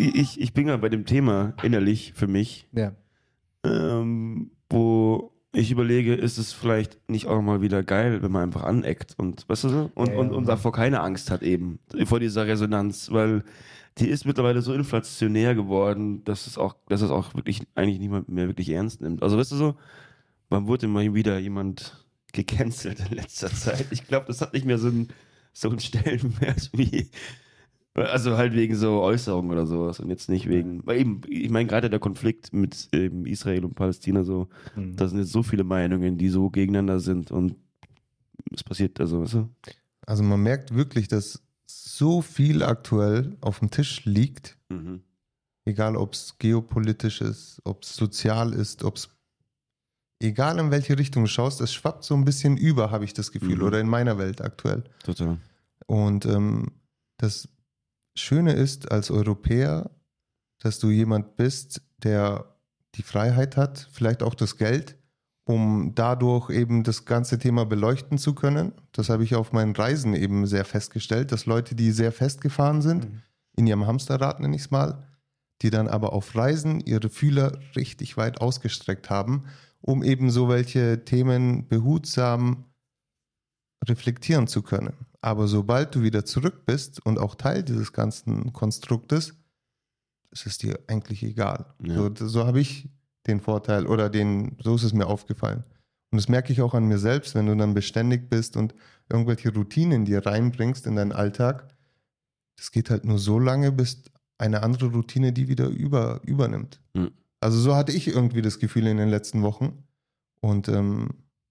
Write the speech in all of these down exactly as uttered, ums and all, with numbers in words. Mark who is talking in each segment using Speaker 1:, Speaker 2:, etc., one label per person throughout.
Speaker 1: ich, ich bin ja bei dem Thema innerlich für mich,
Speaker 2: Ja.
Speaker 1: ähm, wo ich überlege, ist es vielleicht nicht auch mal wieder geil, wenn man einfach aneckt und, weißt du so? Und,
Speaker 2: Ja, ja,
Speaker 1: und, und davor keine Angst hat eben, vor dieser Resonanz, weil die ist mittlerweile so inflationär geworden, dass es auch, dass es auch wirklich eigentlich niemand mehr wirklich ernst nimmt. Also weißt du so, wann wurde mal wieder jemand gecancelt in letzter Zeit? Ich glaube, das hat nicht mehr so einen, so einen Stellenwert wie, also halt wegen so Äußerungen oder sowas und jetzt nicht wegen, weil eben, ich meine gerade der Konflikt mit ähm, Israel und Palästina so,
Speaker 2: Mhm.
Speaker 1: da sind jetzt so viele Meinungen, die so gegeneinander sind und es passiert, also weißt du?
Speaker 3: Also man merkt wirklich, dass so viel aktuell auf dem Tisch liegt,
Speaker 1: Mhm.
Speaker 3: egal ob es geopolitisch ist, ob es sozial ist, ob es, egal in welche Richtung du schaust, es schwappt so ein bisschen über, habe ich das Gefühl,
Speaker 1: Mhm.
Speaker 3: oder in meiner Welt aktuell.
Speaker 1: Total.
Speaker 3: Und ähm, das Schöne ist als Europäer, dass du jemand bist, der die Freiheit hat, vielleicht auch das Geld, um dadurch eben das ganze Thema beleuchten zu können. Das habe ich auf meinen Reisen eben sehr festgestellt, dass Leute, die sehr festgefahren sind,
Speaker 2: Mhm.
Speaker 3: in ihrem Hamsterrad nenne ich es mal, die dann aber auf Reisen ihre Fühler richtig weit ausgestreckt haben, um eben so welche Themen behutsam reflektieren zu können. Aber sobald du wieder zurück bist und auch Teil dieses ganzen Konstruktes, ist es dir eigentlich egal.
Speaker 1: Ja.
Speaker 3: So, so habe ich den Vorteil oder den, so ist es mir aufgefallen. Und das merke ich auch an mir selbst, wenn du dann beständig bist und irgendwelche Routinen dir reinbringst in deinen Alltag. Das geht halt nur so lange, bis eine andere Routine die wieder über, übernimmt.
Speaker 1: Mhm.
Speaker 3: Also so hatte ich irgendwie das Gefühl in den letzten Wochen und ähm,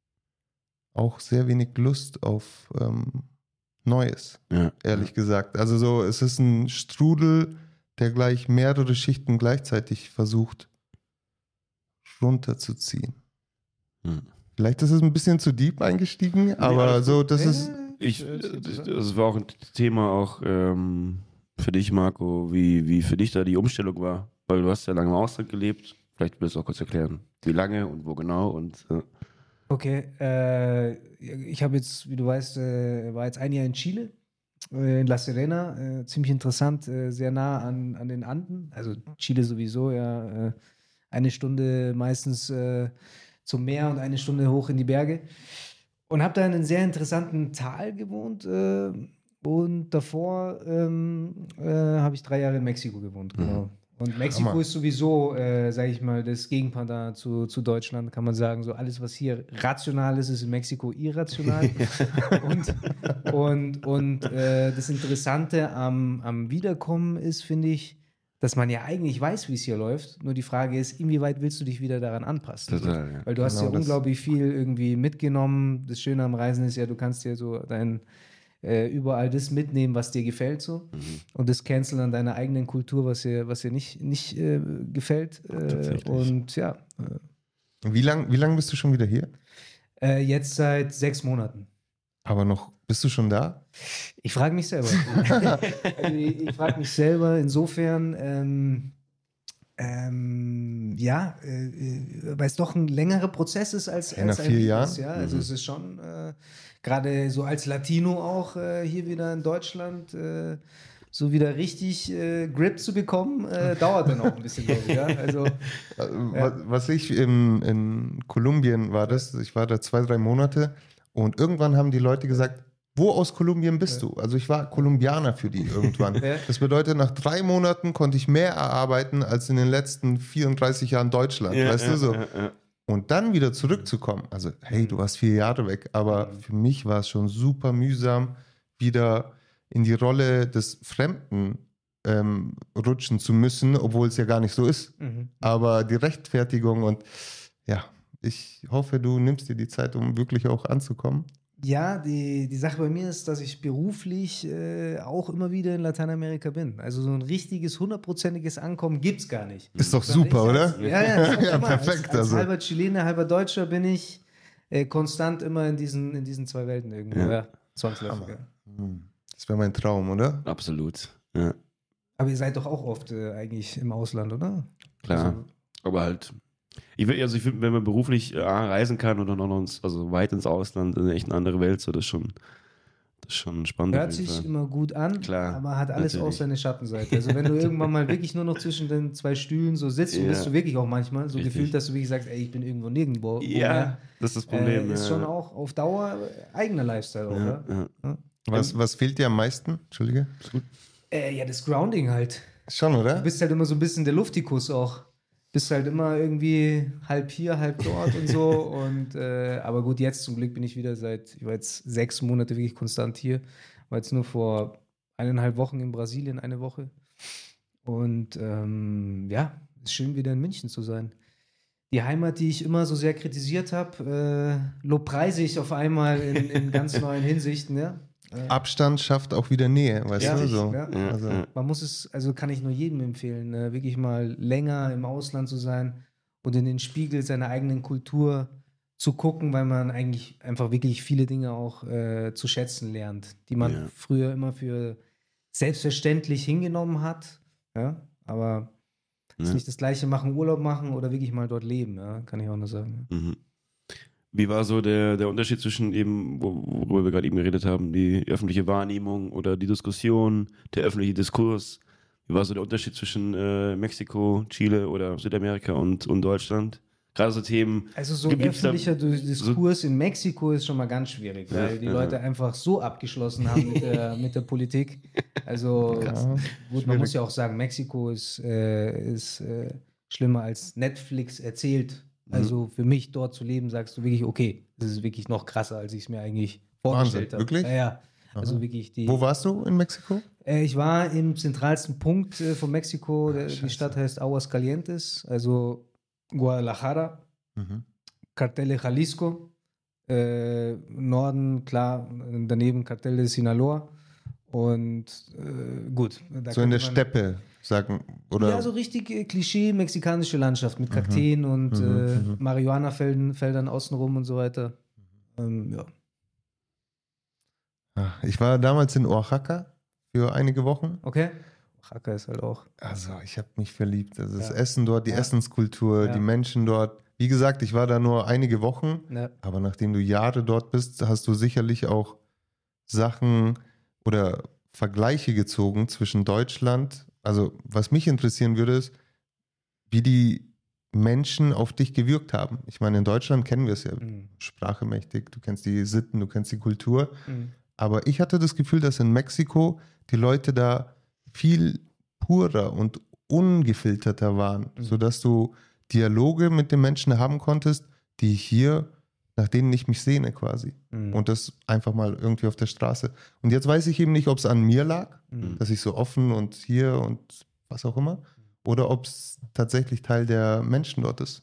Speaker 3: auch sehr wenig Lust auf ähm, Neues,
Speaker 1: Ja.
Speaker 3: ehrlich gesagt. Also so, es ist ein Strudel, der gleich mehrere Schichten gleichzeitig versucht runterzuziehen.
Speaker 1: Mhm.
Speaker 3: Vielleicht ist es ein bisschen zu deep eingestiegen, aber
Speaker 1: alles
Speaker 3: so,
Speaker 1: gut.
Speaker 3: das
Speaker 2: Ja,
Speaker 3: ist,
Speaker 1: Ich,
Speaker 2: hört sich
Speaker 1: äh,
Speaker 2: interessant.
Speaker 1: das war auch ein Thema auch ähm, für dich, Marco, wie, wie für dich da die Umstellung war, weil du hast ja lange im Ausland gelebt. Vielleicht willst du auch kurz erklären, wie lange und wo genau und äh,
Speaker 2: Okay, äh, ich habe jetzt, wie du weißt, äh, war jetzt ein Jahr in Chile, äh, in La Serena, äh, ziemlich interessant, äh, sehr nah an, an den Anden, also Chile sowieso, ja, äh, eine Stunde meistens äh, zum Meer und eine Stunde hoch in die Berge und habe da in einem sehr interessanten Tal gewohnt äh, und davor ähm, äh, habe ich drei Jahre in Mexiko gewohnt, genau. Und Mexiko
Speaker 3: Hammer.
Speaker 2: ist sowieso, äh, sage ich mal, das Gegenpendant zu, zu Deutschland, kann man sagen. So alles, was hier rational ist, ist in Mexiko irrational. und und, und äh, das Interessante am, am Wiederkommen ist, finde ich, dass man ja eigentlich weiß, wie es hier läuft. Nur die Frage ist, inwieweit willst du dich wieder daran anpassen?
Speaker 1: Total, ja.
Speaker 2: Weil du hast
Speaker 3: Genau
Speaker 2: ja
Speaker 3: das.
Speaker 2: unglaublich viel irgendwie mitgenommen. Das Schöne am Reisen ist ja, du kannst dir so dein äh, überall das mitnehmen, was dir gefällt so. Und das canceln an deiner eigenen Kultur, was dir, was dir nicht, nicht äh, gefällt. Äh,
Speaker 1: Tatsächlich.
Speaker 2: und ja,
Speaker 3: wie lang, wie lang bist du schon wieder hier?
Speaker 2: äh, jetzt seit sechs Monaten.
Speaker 3: Aber noch, bist du schon da?
Speaker 2: Ich frage mich selber. also ich ich frage mich selber insofern, ähm, ähm, ja, äh, äh, weil es doch ein längerer Prozess ist als,
Speaker 3: Ja,
Speaker 2: als
Speaker 3: nach
Speaker 2: ein
Speaker 3: vier
Speaker 2: Virus,
Speaker 3: Jahren?
Speaker 2: ja. Also es ist schon äh, gerade so als Latino auch äh, hier wieder in Deutschland äh, so wieder richtig äh, Grip zu bekommen, äh, dauert dann auch ein bisschen, glaube ich. Ja? Also
Speaker 3: Äh, Was, was ich im, in Kolumbien war das, ich war da zwei, drei Monate und irgendwann haben die Leute gesagt, wo aus Kolumbien bist du? Also ich war Kolumbianer für die irgendwann.
Speaker 2: Ja.
Speaker 3: Das bedeutet, nach drei Monaten konnte ich mehr erarbeiten als in den letzten vierunddreißig Jahren Deutschland,
Speaker 1: Ja,
Speaker 3: weißt
Speaker 1: ja,
Speaker 3: du so.
Speaker 1: ja, ja.
Speaker 3: Und dann wieder zurückzukommen, also hey, du warst vier Jahre weg, aber für mich war es schon super mühsam, wieder in die Rolle des Fremden ähm, rutschen zu müssen, obwohl es ja gar nicht so ist.
Speaker 2: Mhm.
Speaker 3: Aber die Rechtfertigung und ja, ich hoffe, du nimmst dir die Zeit, um wirklich auch anzukommen.
Speaker 2: Ja, die, die Sache bei mir ist, dass ich beruflich äh, auch immer wieder in Lateinamerika bin. Also so ein richtiges, hundertprozentiges Ankommen gibt es gar nicht.
Speaker 3: Ist doch
Speaker 2: Sondern
Speaker 3: super,
Speaker 2: ich
Speaker 3: oder?
Speaker 2: als, Ja, ja, ist
Speaker 3: Ja,
Speaker 2: immer.
Speaker 3: perfekt,
Speaker 2: Als, als
Speaker 3: also.
Speaker 2: halber Chilene, halber Deutscher bin ich äh, konstant immer in diesen, in diesen zwei Welten irgendwo. Ja,
Speaker 1: Ja.
Speaker 2: zwangsläufig. Ja.
Speaker 3: Das wäre mein Traum, oder?
Speaker 1: Absolut. Ja,
Speaker 2: Aber ihr seid doch auch oft äh, eigentlich im Ausland, oder?
Speaker 1: klar.
Speaker 2: Also,
Speaker 1: Aber halt, ich will, also ich finde, wenn man beruflich äh, reisen kann oder noch ins, also weit ins Ausland, in echt eine andere Welt, so das ist schon, Das ist schon spannend.
Speaker 2: Hört sich immer gut an,
Speaker 1: Klar,
Speaker 2: aber hat alles
Speaker 1: natürlich.
Speaker 2: auch seine Schattenseite. Also wenn du irgendwann mal wirklich nur noch zwischen den zwei Stühlen so sitzt,
Speaker 1: Ja.
Speaker 2: und bist du wirklich auch manchmal so
Speaker 1: Richtig.
Speaker 2: gefühlt, dass du wirklich sagst, ey, ich bin irgendwo nirgendwo.
Speaker 1: Ja, das ist das Problem.
Speaker 2: Äh, ist
Speaker 1: ja.
Speaker 2: schon auch auf Dauer eigener Lifestyle, auch,
Speaker 1: Ja,
Speaker 2: ja?
Speaker 1: ja.
Speaker 3: Was, was fehlt dir am meisten? Entschuldige.
Speaker 2: Äh, ja, das Grounding halt.
Speaker 3: Schon,
Speaker 2: Du
Speaker 3: oder?
Speaker 2: bist halt immer so ein bisschen der Luftikus auch. Bist halt immer irgendwie halb hier, halb dort und so. Und äh, aber gut, jetzt zum Glück bin ich wieder seit, ich war jetzt sechs Monate wirklich konstant hier. War jetzt nur vor eineinhalb Wochen in Brasilien, eine Woche. Und ähm, ja, ist schön wieder in München zu sein. Die Heimat, die ich immer so sehr kritisiert habe, äh, lobpreise ich auf einmal in, in ganz neuen Hinsichten, ja. Äh,
Speaker 3: Abstand schafft auch wieder Nähe, weißt
Speaker 2: Ja,
Speaker 3: du? So.
Speaker 2: ja.
Speaker 1: Ja,
Speaker 3: Also,
Speaker 1: ja.
Speaker 2: Man muss es, also kann ich nur jedem empfehlen, äh, wirklich mal länger im Ausland zu sein und in den Spiegel seiner eigenen Kultur zu gucken, weil man eigentlich einfach wirklich viele Dinge auch äh, zu schätzen lernt, die man
Speaker 1: Ja.
Speaker 2: früher immer für selbstverständlich hingenommen hat. Ja, aber es ist
Speaker 1: Ja.
Speaker 2: nicht das Gleiche machen, Urlaub machen oder wirklich mal dort leben, ja, kann ich auch nur sagen.
Speaker 1: Mhm. Wie war so der, der Unterschied zwischen eben, wo- worüber wir gerade eben geredet haben, die öffentliche Wahrnehmung oder die Diskussion, der öffentliche Diskurs? Wie war so der Unterschied zwischen äh, Mexiko, Chile oder Südamerika und, und Deutschland? Gerade so Themen.
Speaker 2: Also so
Speaker 1: Gibt's da-
Speaker 2: öffentlicher Diskurs in Mexiko ist schon mal ganz schwierig, weil
Speaker 1: Ja,
Speaker 2: die
Speaker 1: ja.
Speaker 2: Leute einfach so abgeschlossen haben mit der, mit der Politik. Also
Speaker 3: Ja,
Speaker 2: gut, man
Speaker 3: schwierig.
Speaker 2: muss ja auch sagen, Mexiko ist, äh, ist äh, schlimmer als Netflix erzählt. Also für mich dort zu leben, sagst du wirklich, okay, das ist wirklich noch krasser, als ich es mir eigentlich vorgestellt habe.
Speaker 3: wirklich?
Speaker 2: Ja, ja. Also
Speaker 3: Aha.
Speaker 2: wirklich die.
Speaker 3: wo warst du in Mexiko?
Speaker 2: Äh, ich war im zentralsten Punkt äh, von Mexiko. Der, die
Speaker 3: Scheiße.
Speaker 2: Stadt heißt Aguascalientes, also Guadalajara.
Speaker 3: Mhm.
Speaker 2: Cartel de Jalisco, äh, Norden, klar, daneben Cartel de Sinaloa und äh, gut. Da
Speaker 3: So in
Speaker 2: könnte
Speaker 3: der
Speaker 2: man-
Speaker 3: Steppe, sagen, oder?
Speaker 2: Ja, so richtig äh, Klischee mexikanische Landschaft mit Kakteen und
Speaker 3: Mhm,
Speaker 2: äh,
Speaker 3: mhm.
Speaker 2: Marihuana-Feldern Feldern außenrum und so weiter. Ähm, ja.
Speaker 3: Ah, Ich war damals in Oaxaca für einige Wochen.
Speaker 2: Okay. Oaxaca ist halt auch.
Speaker 3: Also ich habe mich verliebt. Also das
Speaker 2: Ja.
Speaker 3: Essen dort, die
Speaker 2: Ja.
Speaker 3: Essenskultur,
Speaker 2: Ja.
Speaker 3: die Menschen dort. Wie gesagt, ich war da nur einige Wochen,
Speaker 2: Ne,
Speaker 3: aber nachdem du Jahre dort bist, hast du sicherlich auch Sachen oder Vergleiche gezogen zwischen Deutschland. Also was mich interessieren würde, ist, wie die Menschen auf dich gewirkt haben. Ich meine, in Deutschland kennen wir es ja,
Speaker 2: mm,
Speaker 3: Sprache mächtig, du kennst die Sitten, du kennst die Kultur.
Speaker 2: mm.
Speaker 3: Aber ich hatte das Gefühl, dass in Mexiko die Leute da viel purer und ungefilterter waren,
Speaker 2: Mhm.
Speaker 3: sodass du Dialoge mit den Menschen haben konntest, die hier, nach denen ich mich sehne quasi.
Speaker 2: Mm.
Speaker 3: Und das einfach mal irgendwie auf der Straße. Und jetzt weiß ich eben nicht, ob es an mir lag,
Speaker 2: Mm.
Speaker 3: dass ich so offen und hier und was auch immer, oder ob es tatsächlich Teil der Menschen dort ist.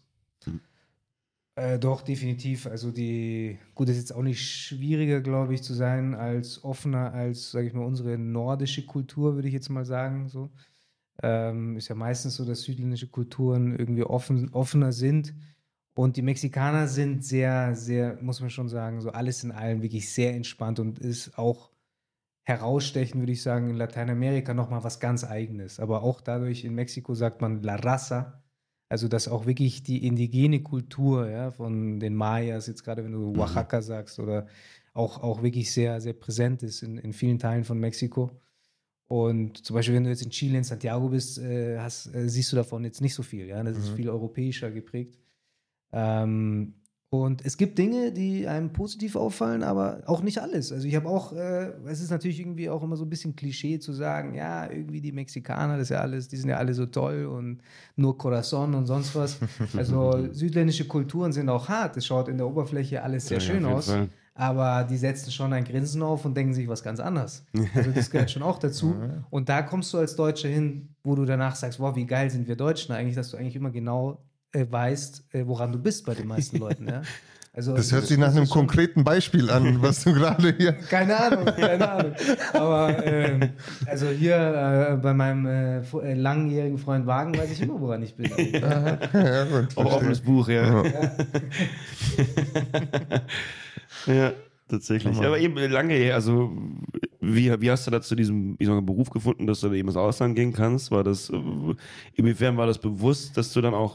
Speaker 2: Äh, doch, definitiv. Also die, gut, ist jetzt auch nicht schwieriger, glaube ich, zu sein, als offener als, sage ich mal, unsere nordische Kultur, würde ich jetzt mal sagen. So. Ähm, ist ja meistens so, dass südländische Kulturen irgendwie offen, offener sind. Und die Mexikaner sind sehr, sehr, muss man schon sagen, so alles in allem wirklich sehr entspannt und ist auch herausstechen, würde ich sagen, in Lateinamerika nochmal was ganz Eigenes. Aber auch dadurch in Mexiko sagt man La Raza. Also, dass auch wirklich die indigene Kultur, ja, von den Mayas, jetzt gerade wenn du Oaxaca sagst, oder auch, auch wirklich sehr, sehr präsent ist in, in vielen Teilen von Mexiko. Und zum Beispiel, wenn du jetzt in Chile, in Santiago bist, äh, hast, äh, siehst du davon jetzt nicht so viel. Ja? Das ist
Speaker 3: Mhm.
Speaker 2: viel europäischer geprägt. Ähm, und es gibt Dinge, die einem positiv auffallen, aber auch nicht alles. Also ich habe auch, äh, es ist natürlich irgendwie auch immer so ein bisschen Klischee zu sagen, ja, irgendwie die Mexikaner, das ist ja alles, die sind ja alle so toll und nur Corazon und sonst was. Also südländische Kulturen sind auch hart. Es schaut in der Oberfläche alles sehr
Speaker 1: Ja,
Speaker 2: schön
Speaker 1: auf jeden
Speaker 2: aus.
Speaker 1: Fall.
Speaker 2: Aber die setzen schon ein Grinsen auf und denken sich was ganz anderes. Also das gehört schon auch dazu. Und da kommst du als Deutscher hin, wo du danach sagst, wow, wie geil sind wir Deutschen eigentlich, dass du eigentlich immer genau äh, weißt, äh, woran du bist bei den meisten Leuten. Ja? Also,
Speaker 3: Das hört sich nach
Speaker 2: das
Speaker 3: einem
Speaker 2: ist schon-
Speaker 3: konkreten Beispiel an, was du gerade hier.
Speaker 2: Keine Ahnung, keine Ahnung. Aber ähm, also hier äh, bei meinem äh, vo- äh, langjährigen Freund Wagen weiß ich immer, woran ich bin.
Speaker 3: ja, gut,
Speaker 1: Auch offenes Buch, ja.
Speaker 3: Ja.
Speaker 1: Ja, tatsächlich.
Speaker 3: Hammer.
Speaker 1: Aber eben lange her, also wie, wie hast du da zu diesem ich sag mal, Beruf gefunden, dass du da eben ins Ausland gehen kannst? War das, äh, inwiefern war das bewusst, dass du dann auch weg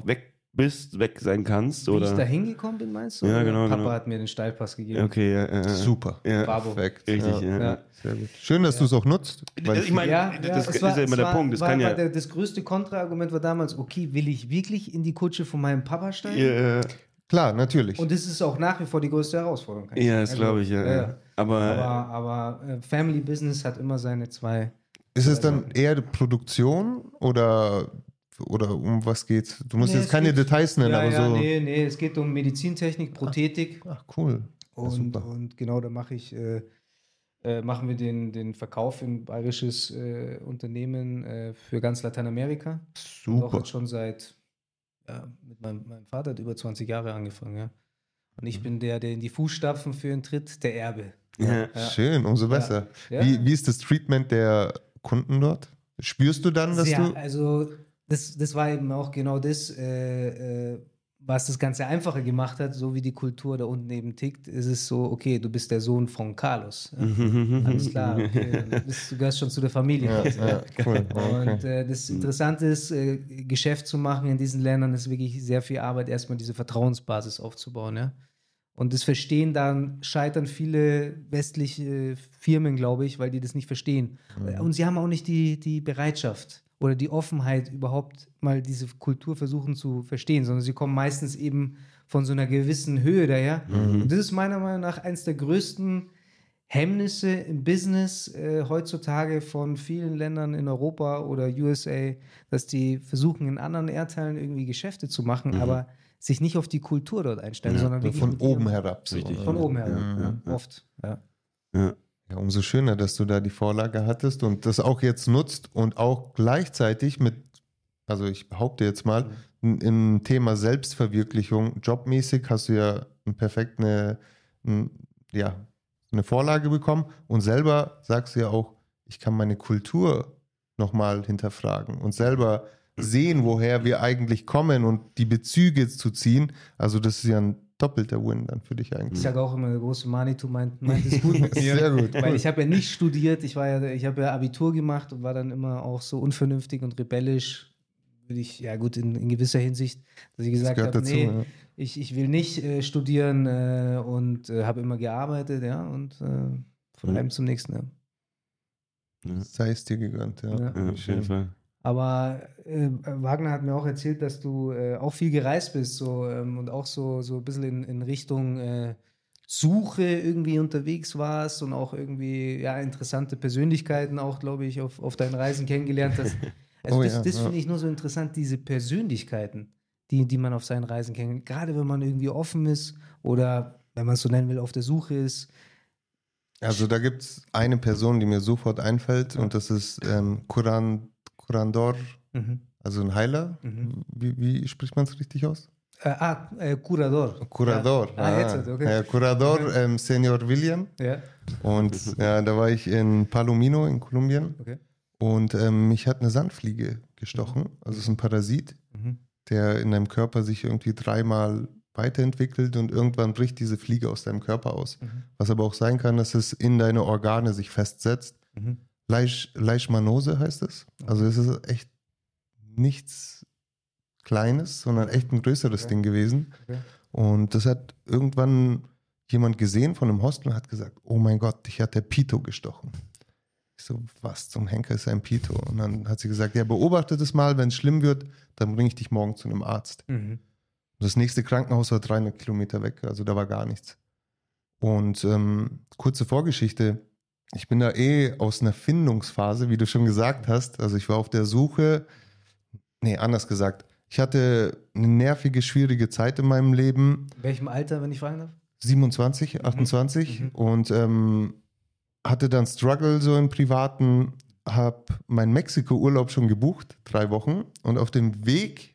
Speaker 1: bist, weg sein kannst.
Speaker 2: Wie
Speaker 1: Oder?
Speaker 2: ich da hingekommen bin, meinst du?
Speaker 1: Ja,
Speaker 2: Oder
Speaker 1: genau,
Speaker 2: Papa
Speaker 1: genau.
Speaker 2: hat mir den Steilpass gegeben.
Speaker 1: Okay, ja, ja, ja.
Speaker 3: Super.
Speaker 1: Ja,
Speaker 2: Bravo.
Speaker 3: Perfekt.
Speaker 1: richtig, ja.
Speaker 2: Ja.
Speaker 3: Sehr gut. Schön, dass du es auch nutzt. Weil
Speaker 1: Ich meine,
Speaker 2: Ja, ja,
Speaker 1: das
Speaker 2: es
Speaker 1: ist
Speaker 2: war,
Speaker 1: ja immer
Speaker 2: es
Speaker 1: der
Speaker 2: war,
Speaker 1: Punkt. Das
Speaker 2: war,
Speaker 1: kann
Speaker 2: war
Speaker 1: ja.
Speaker 2: der, das größte Kontraargument war damals, okay, will ich wirklich in die Kutsche von meinem Papa steigen?
Speaker 1: Ja,
Speaker 3: klar, natürlich.
Speaker 2: Und das ist auch nach wie vor die größte Herausforderung. kann ich
Speaker 1: ja,
Speaker 2: sagen.
Speaker 1: das glaube ich, ja.
Speaker 2: ja,
Speaker 1: ja.
Speaker 2: ja.
Speaker 1: Aber,
Speaker 2: Aber, aber äh, Family Business hat immer seine zwei.
Speaker 3: Ist es dann eher die Produktion oder, oder um was geht's? Du musst
Speaker 2: Nee,
Speaker 3: jetzt
Speaker 2: es
Speaker 3: keine
Speaker 2: geht-
Speaker 3: Details nennen,
Speaker 2: ja,
Speaker 3: aber
Speaker 2: ja,
Speaker 3: so.
Speaker 2: nee, nee, es geht um Medizintechnik, Prothetik.
Speaker 3: Ach, cool. Ja,
Speaker 2: Und,
Speaker 3: super.
Speaker 2: und genau, da mache ich, äh, äh, machen wir den, den Verkauf in ein bayerisches äh, Unternehmen äh, für ganz Lateinamerika. Und auch
Speaker 3: Super.
Speaker 2: jetzt schon seit, ja, mit meinem, meinem Vater hat über zwanzig Jahre angefangen, ja. Und ich bin der, der in die Fußstapfen für ihn tritt, der Erbe.
Speaker 1: ja.
Speaker 2: Ja.
Speaker 3: Schön, umso besser.
Speaker 2: Ja.
Speaker 3: Wie, wie ist das Treatment der Kunden dort? Spürst du dann, dass
Speaker 2: Sehr,
Speaker 3: du.
Speaker 2: also das, das war eben auch genau das, äh, äh, was das Ganze einfacher gemacht hat, so wie die Kultur da unten eben tickt, ist es so, okay, du bist der Sohn von Carlos. Ja? Alles klar, okay, du, bist, du gehörst schon zu der Familie.
Speaker 3: Ja,
Speaker 2: quasi,
Speaker 3: ja, cool.
Speaker 2: Und
Speaker 3: Okay.
Speaker 2: äh, das Interessante ist, äh, Geschäft zu machen in diesen Ländern ist wirklich sehr viel Arbeit, erstmal diese Vertrauensbasis aufzubauen. Ja? Und das Verstehen dann scheitern viele westliche Firmen, glaube ich, weil die das nicht verstehen. Und sie haben auch nicht die, die Bereitschaft oder die Offenheit, überhaupt mal diese Kultur versuchen zu verstehen, sondern sie kommen meistens eben von so einer gewissen Höhe daher. Und das ist meiner Meinung nach eines der größten Hemmnisse im Business äh, heutzutage von vielen Ländern in Europa oder U S A, dass die versuchen, in anderen Erdteilen irgendwie Geschäfte zu machen, aber sich nicht auf die Kultur dort einstellen,
Speaker 1: Ja,
Speaker 2: sondern wirklich
Speaker 3: Von
Speaker 2: mit
Speaker 3: oben
Speaker 2: ihrem-
Speaker 3: herab. So.
Speaker 1: Richtig.
Speaker 2: Von oben her,
Speaker 1: Ja, ja,
Speaker 2: oft. Ja.
Speaker 1: Ja.
Speaker 3: Ja, umso schöner, dass du da die Vorlage hattest und das auch jetzt nutzt und auch gleichzeitig mit, also ich behaupte jetzt mal, n- im Thema Selbstverwirklichung, jobmäßig hast du ja ein perfekt eine, n- ja, eine Vorlage bekommen und selber sagst du ja auch, ich kann meine Kultur nochmal hinterfragen und selber sehen, woher wir eigentlich kommen und die Bezüge zu ziehen. Also das ist ja ein doppelter Win dann für dich
Speaker 2: Ich
Speaker 3: eigentlich.
Speaker 2: sage auch immer, der große Manitou meint, meint es gut mit mir.
Speaker 3: Sehr gut.
Speaker 2: Weil
Speaker 3: cool.
Speaker 2: ich habe ja nicht studiert, ich war ja, ich habe ja Abitur gemacht und war dann immer auch so unvernünftig und rebellisch, würde ich, ja gut, in, in gewisser Hinsicht, dass ich gesagt
Speaker 3: gehört
Speaker 2: habe,
Speaker 3: dazu,
Speaker 2: nee,
Speaker 3: ja.
Speaker 2: ich, ich will nicht äh, studieren äh, und äh, habe immer gearbeitet, ja, und äh, von
Speaker 1: Mhm.
Speaker 2: einem zum nächsten, ja.
Speaker 3: Sei es dir gegönnt, ja.
Speaker 2: Ja.
Speaker 1: Ja, auf jeden Fall.
Speaker 2: Aber äh, Wagner hat mir auch erzählt, dass du äh, auch viel gereist bist so, ähm, und auch so, so ein bisschen in, in Richtung äh, Suche irgendwie unterwegs warst und auch irgendwie ja, interessante Persönlichkeiten auch, glaube ich, auf, auf deinen Reisen kennengelernt hast. Also
Speaker 3: Oh
Speaker 2: das,
Speaker 3: ja,
Speaker 2: das
Speaker 3: ja.
Speaker 2: finde ich nur so interessant, diese Persönlichkeiten, die, die man auf seinen Reisen kennenlernt. Gerade wenn man irgendwie offen ist oder, wenn man es so nennen will, auf der Suche ist.
Speaker 3: Also da gibt es eine Person, die mir sofort einfällt
Speaker 2: Ja.
Speaker 3: und das ist ähm, Kuran, Kurandor,
Speaker 2: Mhm.
Speaker 3: also ein Heiler.
Speaker 2: Mhm.
Speaker 3: Wie, wie spricht man es richtig aus?
Speaker 2: Äh, ah, äh, Curador.
Speaker 3: Curador.
Speaker 2: Ja. Ah, jetzt, okay.
Speaker 3: Ja, Curador,
Speaker 2: Mhm.
Speaker 3: ähm, Senior William.
Speaker 2: Ja,
Speaker 3: Und ja, da war ich in Palomino in Kolumbien
Speaker 2: okay.
Speaker 3: und ähm, mich hat eine Sandfliege gestochen. Also es ist ein Parasit,
Speaker 2: Mhm.
Speaker 3: der in deinem Körper sich irgendwie dreimal weiterentwickelt und irgendwann bricht diese Fliege aus deinem Körper aus.
Speaker 2: Mhm.
Speaker 3: Was aber auch sein kann, dass es in deine Organe sich festsetzt.
Speaker 2: Mhm.
Speaker 3: Leisch, Leishmanose heißt es. Also es ist echt nichts Kleines, sondern echt ein größeres
Speaker 2: Okay.
Speaker 3: Ding gewesen.
Speaker 2: Okay.
Speaker 3: Und das hat irgendwann jemand gesehen von einem Hostel und hat gesagt, oh mein Gott, dich hat der Pito gestochen. Ich so, was zum Henker ist ein Pito? Und dann hat sie gesagt, ja, beobachte das mal, wenn es schlimm wird, dann bringe ich dich morgen zu einem Arzt.
Speaker 2: Mhm.
Speaker 3: Das nächste Krankenhaus war dreihundert Kilometer weg, also da war gar nichts. Und ähm, kurze Vorgeschichte, ich bin da eh aus einer Findungsphase, wie du schon gesagt hast. Also ich war auf der Suche, nee, anders gesagt, ich hatte eine nervige, schwierige Zeit in meinem Leben,
Speaker 2: In welchem Alter, wenn ich fragen darf?
Speaker 3: siebenundzwanzig, achtundzwanzig
Speaker 2: Mhm.
Speaker 3: und ähm, hatte dann Struggle so im Privaten, habe meinen Mexiko-Urlaub schon gebucht, drei Wochen und auf dem Weg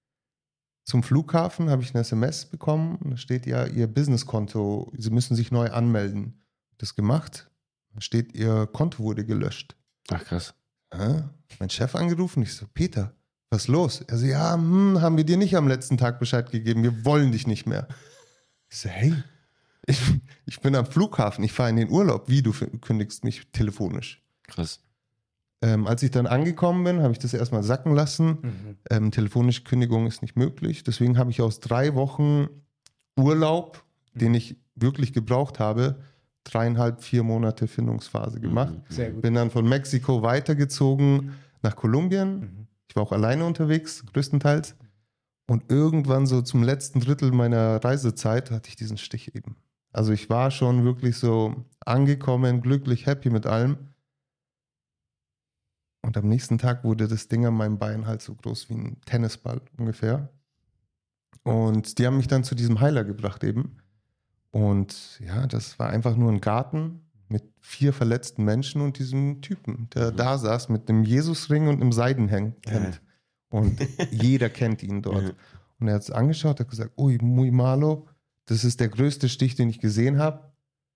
Speaker 3: zum Flughafen habe ich eine S M S bekommen und da steht ja, Ihr Businesskonto, Sie müssen sich neu anmelden. Das gemacht, da steht, Ihr Konto wurde gelöscht.
Speaker 1: Ach, krass.
Speaker 3: Hä? Mein Chef angerufen, ich so, Peter, was ist los? Er so, ja, hm, haben wir dir nicht am letzten Tag Bescheid gegeben, wir wollen dich nicht mehr. Ich so, hey, ich, ich bin am Flughafen, ich fahre in den Urlaub, wie, du f- kündigst mich telefonisch.
Speaker 1: Krass.
Speaker 3: Ähm, als ich dann angekommen bin, habe ich das erstmal sacken lassen.
Speaker 2: Mhm.
Speaker 3: Ähm, telefonische Kündigung ist nicht möglich. Deswegen habe ich aus drei Wochen Urlaub,
Speaker 2: Mhm.
Speaker 3: den ich wirklich gebraucht habe, dreieinhalb, vier Monate Findungsphase gemacht.
Speaker 1: Mhm.
Speaker 2: Sehr gut.
Speaker 3: Bin dann von Mexiko weitergezogen nach Kolumbien.
Speaker 2: Mhm.
Speaker 3: Ich war auch alleine unterwegs, größtenteils. Und irgendwann so zum letzten Drittel meiner Reisezeit hatte ich diesen Stich eben. Also ich war schon wirklich so angekommen, glücklich, happy mit allem. Und am nächsten Tag wurde das Ding an meinem Bein halt so groß wie ein Tennisball ungefähr. Und die haben mich dann zu diesem Heiler gebracht eben. Und ja, das war einfach nur ein Garten mit vier verletzten Menschen und diesem Typen, der
Speaker 1: Mhm.
Speaker 3: da saß mit einem Jesusring und einem Seidenhemd.
Speaker 1: Ja.
Speaker 3: Und jeder kennt ihn dort.
Speaker 1: Ja.
Speaker 3: Und er hat es angeschaut, hat gesagt, ui, muy malo, das ist der größte Stich, den ich gesehen habe.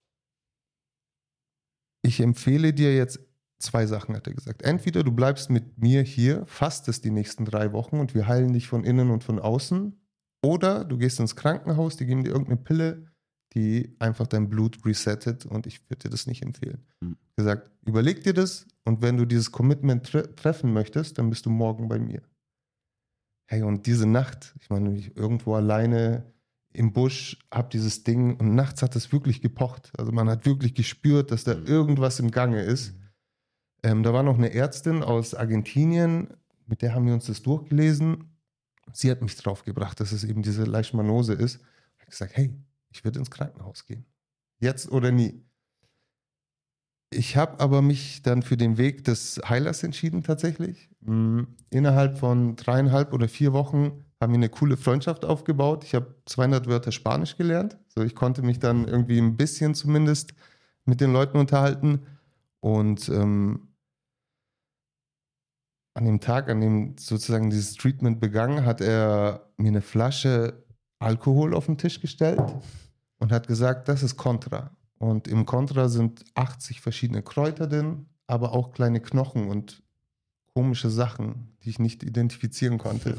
Speaker 3: Ich empfehle dir jetzt zwei Sachen, hat er gesagt. Entweder du bleibst mit mir hier, fastest die nächsten drei Wochen und wir heilen dich von innen und von außen. Oder du gehst ins Krankenhaus, die geben dir irgendeine Pille, die einfach dein Blut resettet und ich würde dir das nicht empfehlen.
Speaker 1: Mhm.
Speaker 3: Gesagt, überleg dir das und wenn du dieses Commitment tre- treffen möchtest, dann bist du morgen bei mir. Hey, und diese Nacht, ich meine, ich irgendwo alleine im Busch, habe dieses Ding und nachts hat es wirklich gepocht. Also man hat wirklich gespürt, dass da irgendwas im Gange ist. Ähm, da war noch eine Ärztin aus Argentinien, mit der haben wir uns das durchgelesen. Sie hat mich drauf gebracht, dass es eben diese Leishmanose ist. Ich habe gesagt, hey, ich würde ins Krankenhaus gehen. Jetzt oder nie. Ich habe aber mich dann für den Weg des Heilers entschieden tatsächlich. Mhm. Innerhalb von dreieinhalb oder vier Wochen haben wir eine coole Freundschaft aufgebaut. Ich habe zweihundert Wörter Spanisch gelernt. So, ich konnte mich dann irgendwie ein bisschen zumindest mit den Leuten unterhalten. Und ähm, an dem Tag, an dem sozusagen dieses Treatment begann, hat er mir eine Flasche Alkohol auf den Tisch gestellt und hat gesagt, das ist Contra. Und im Contra sind achtzig verschiedene Kräuter drin, aber auch kleine Knochen und komische Sachen, die ich nicht identifizieren konnte.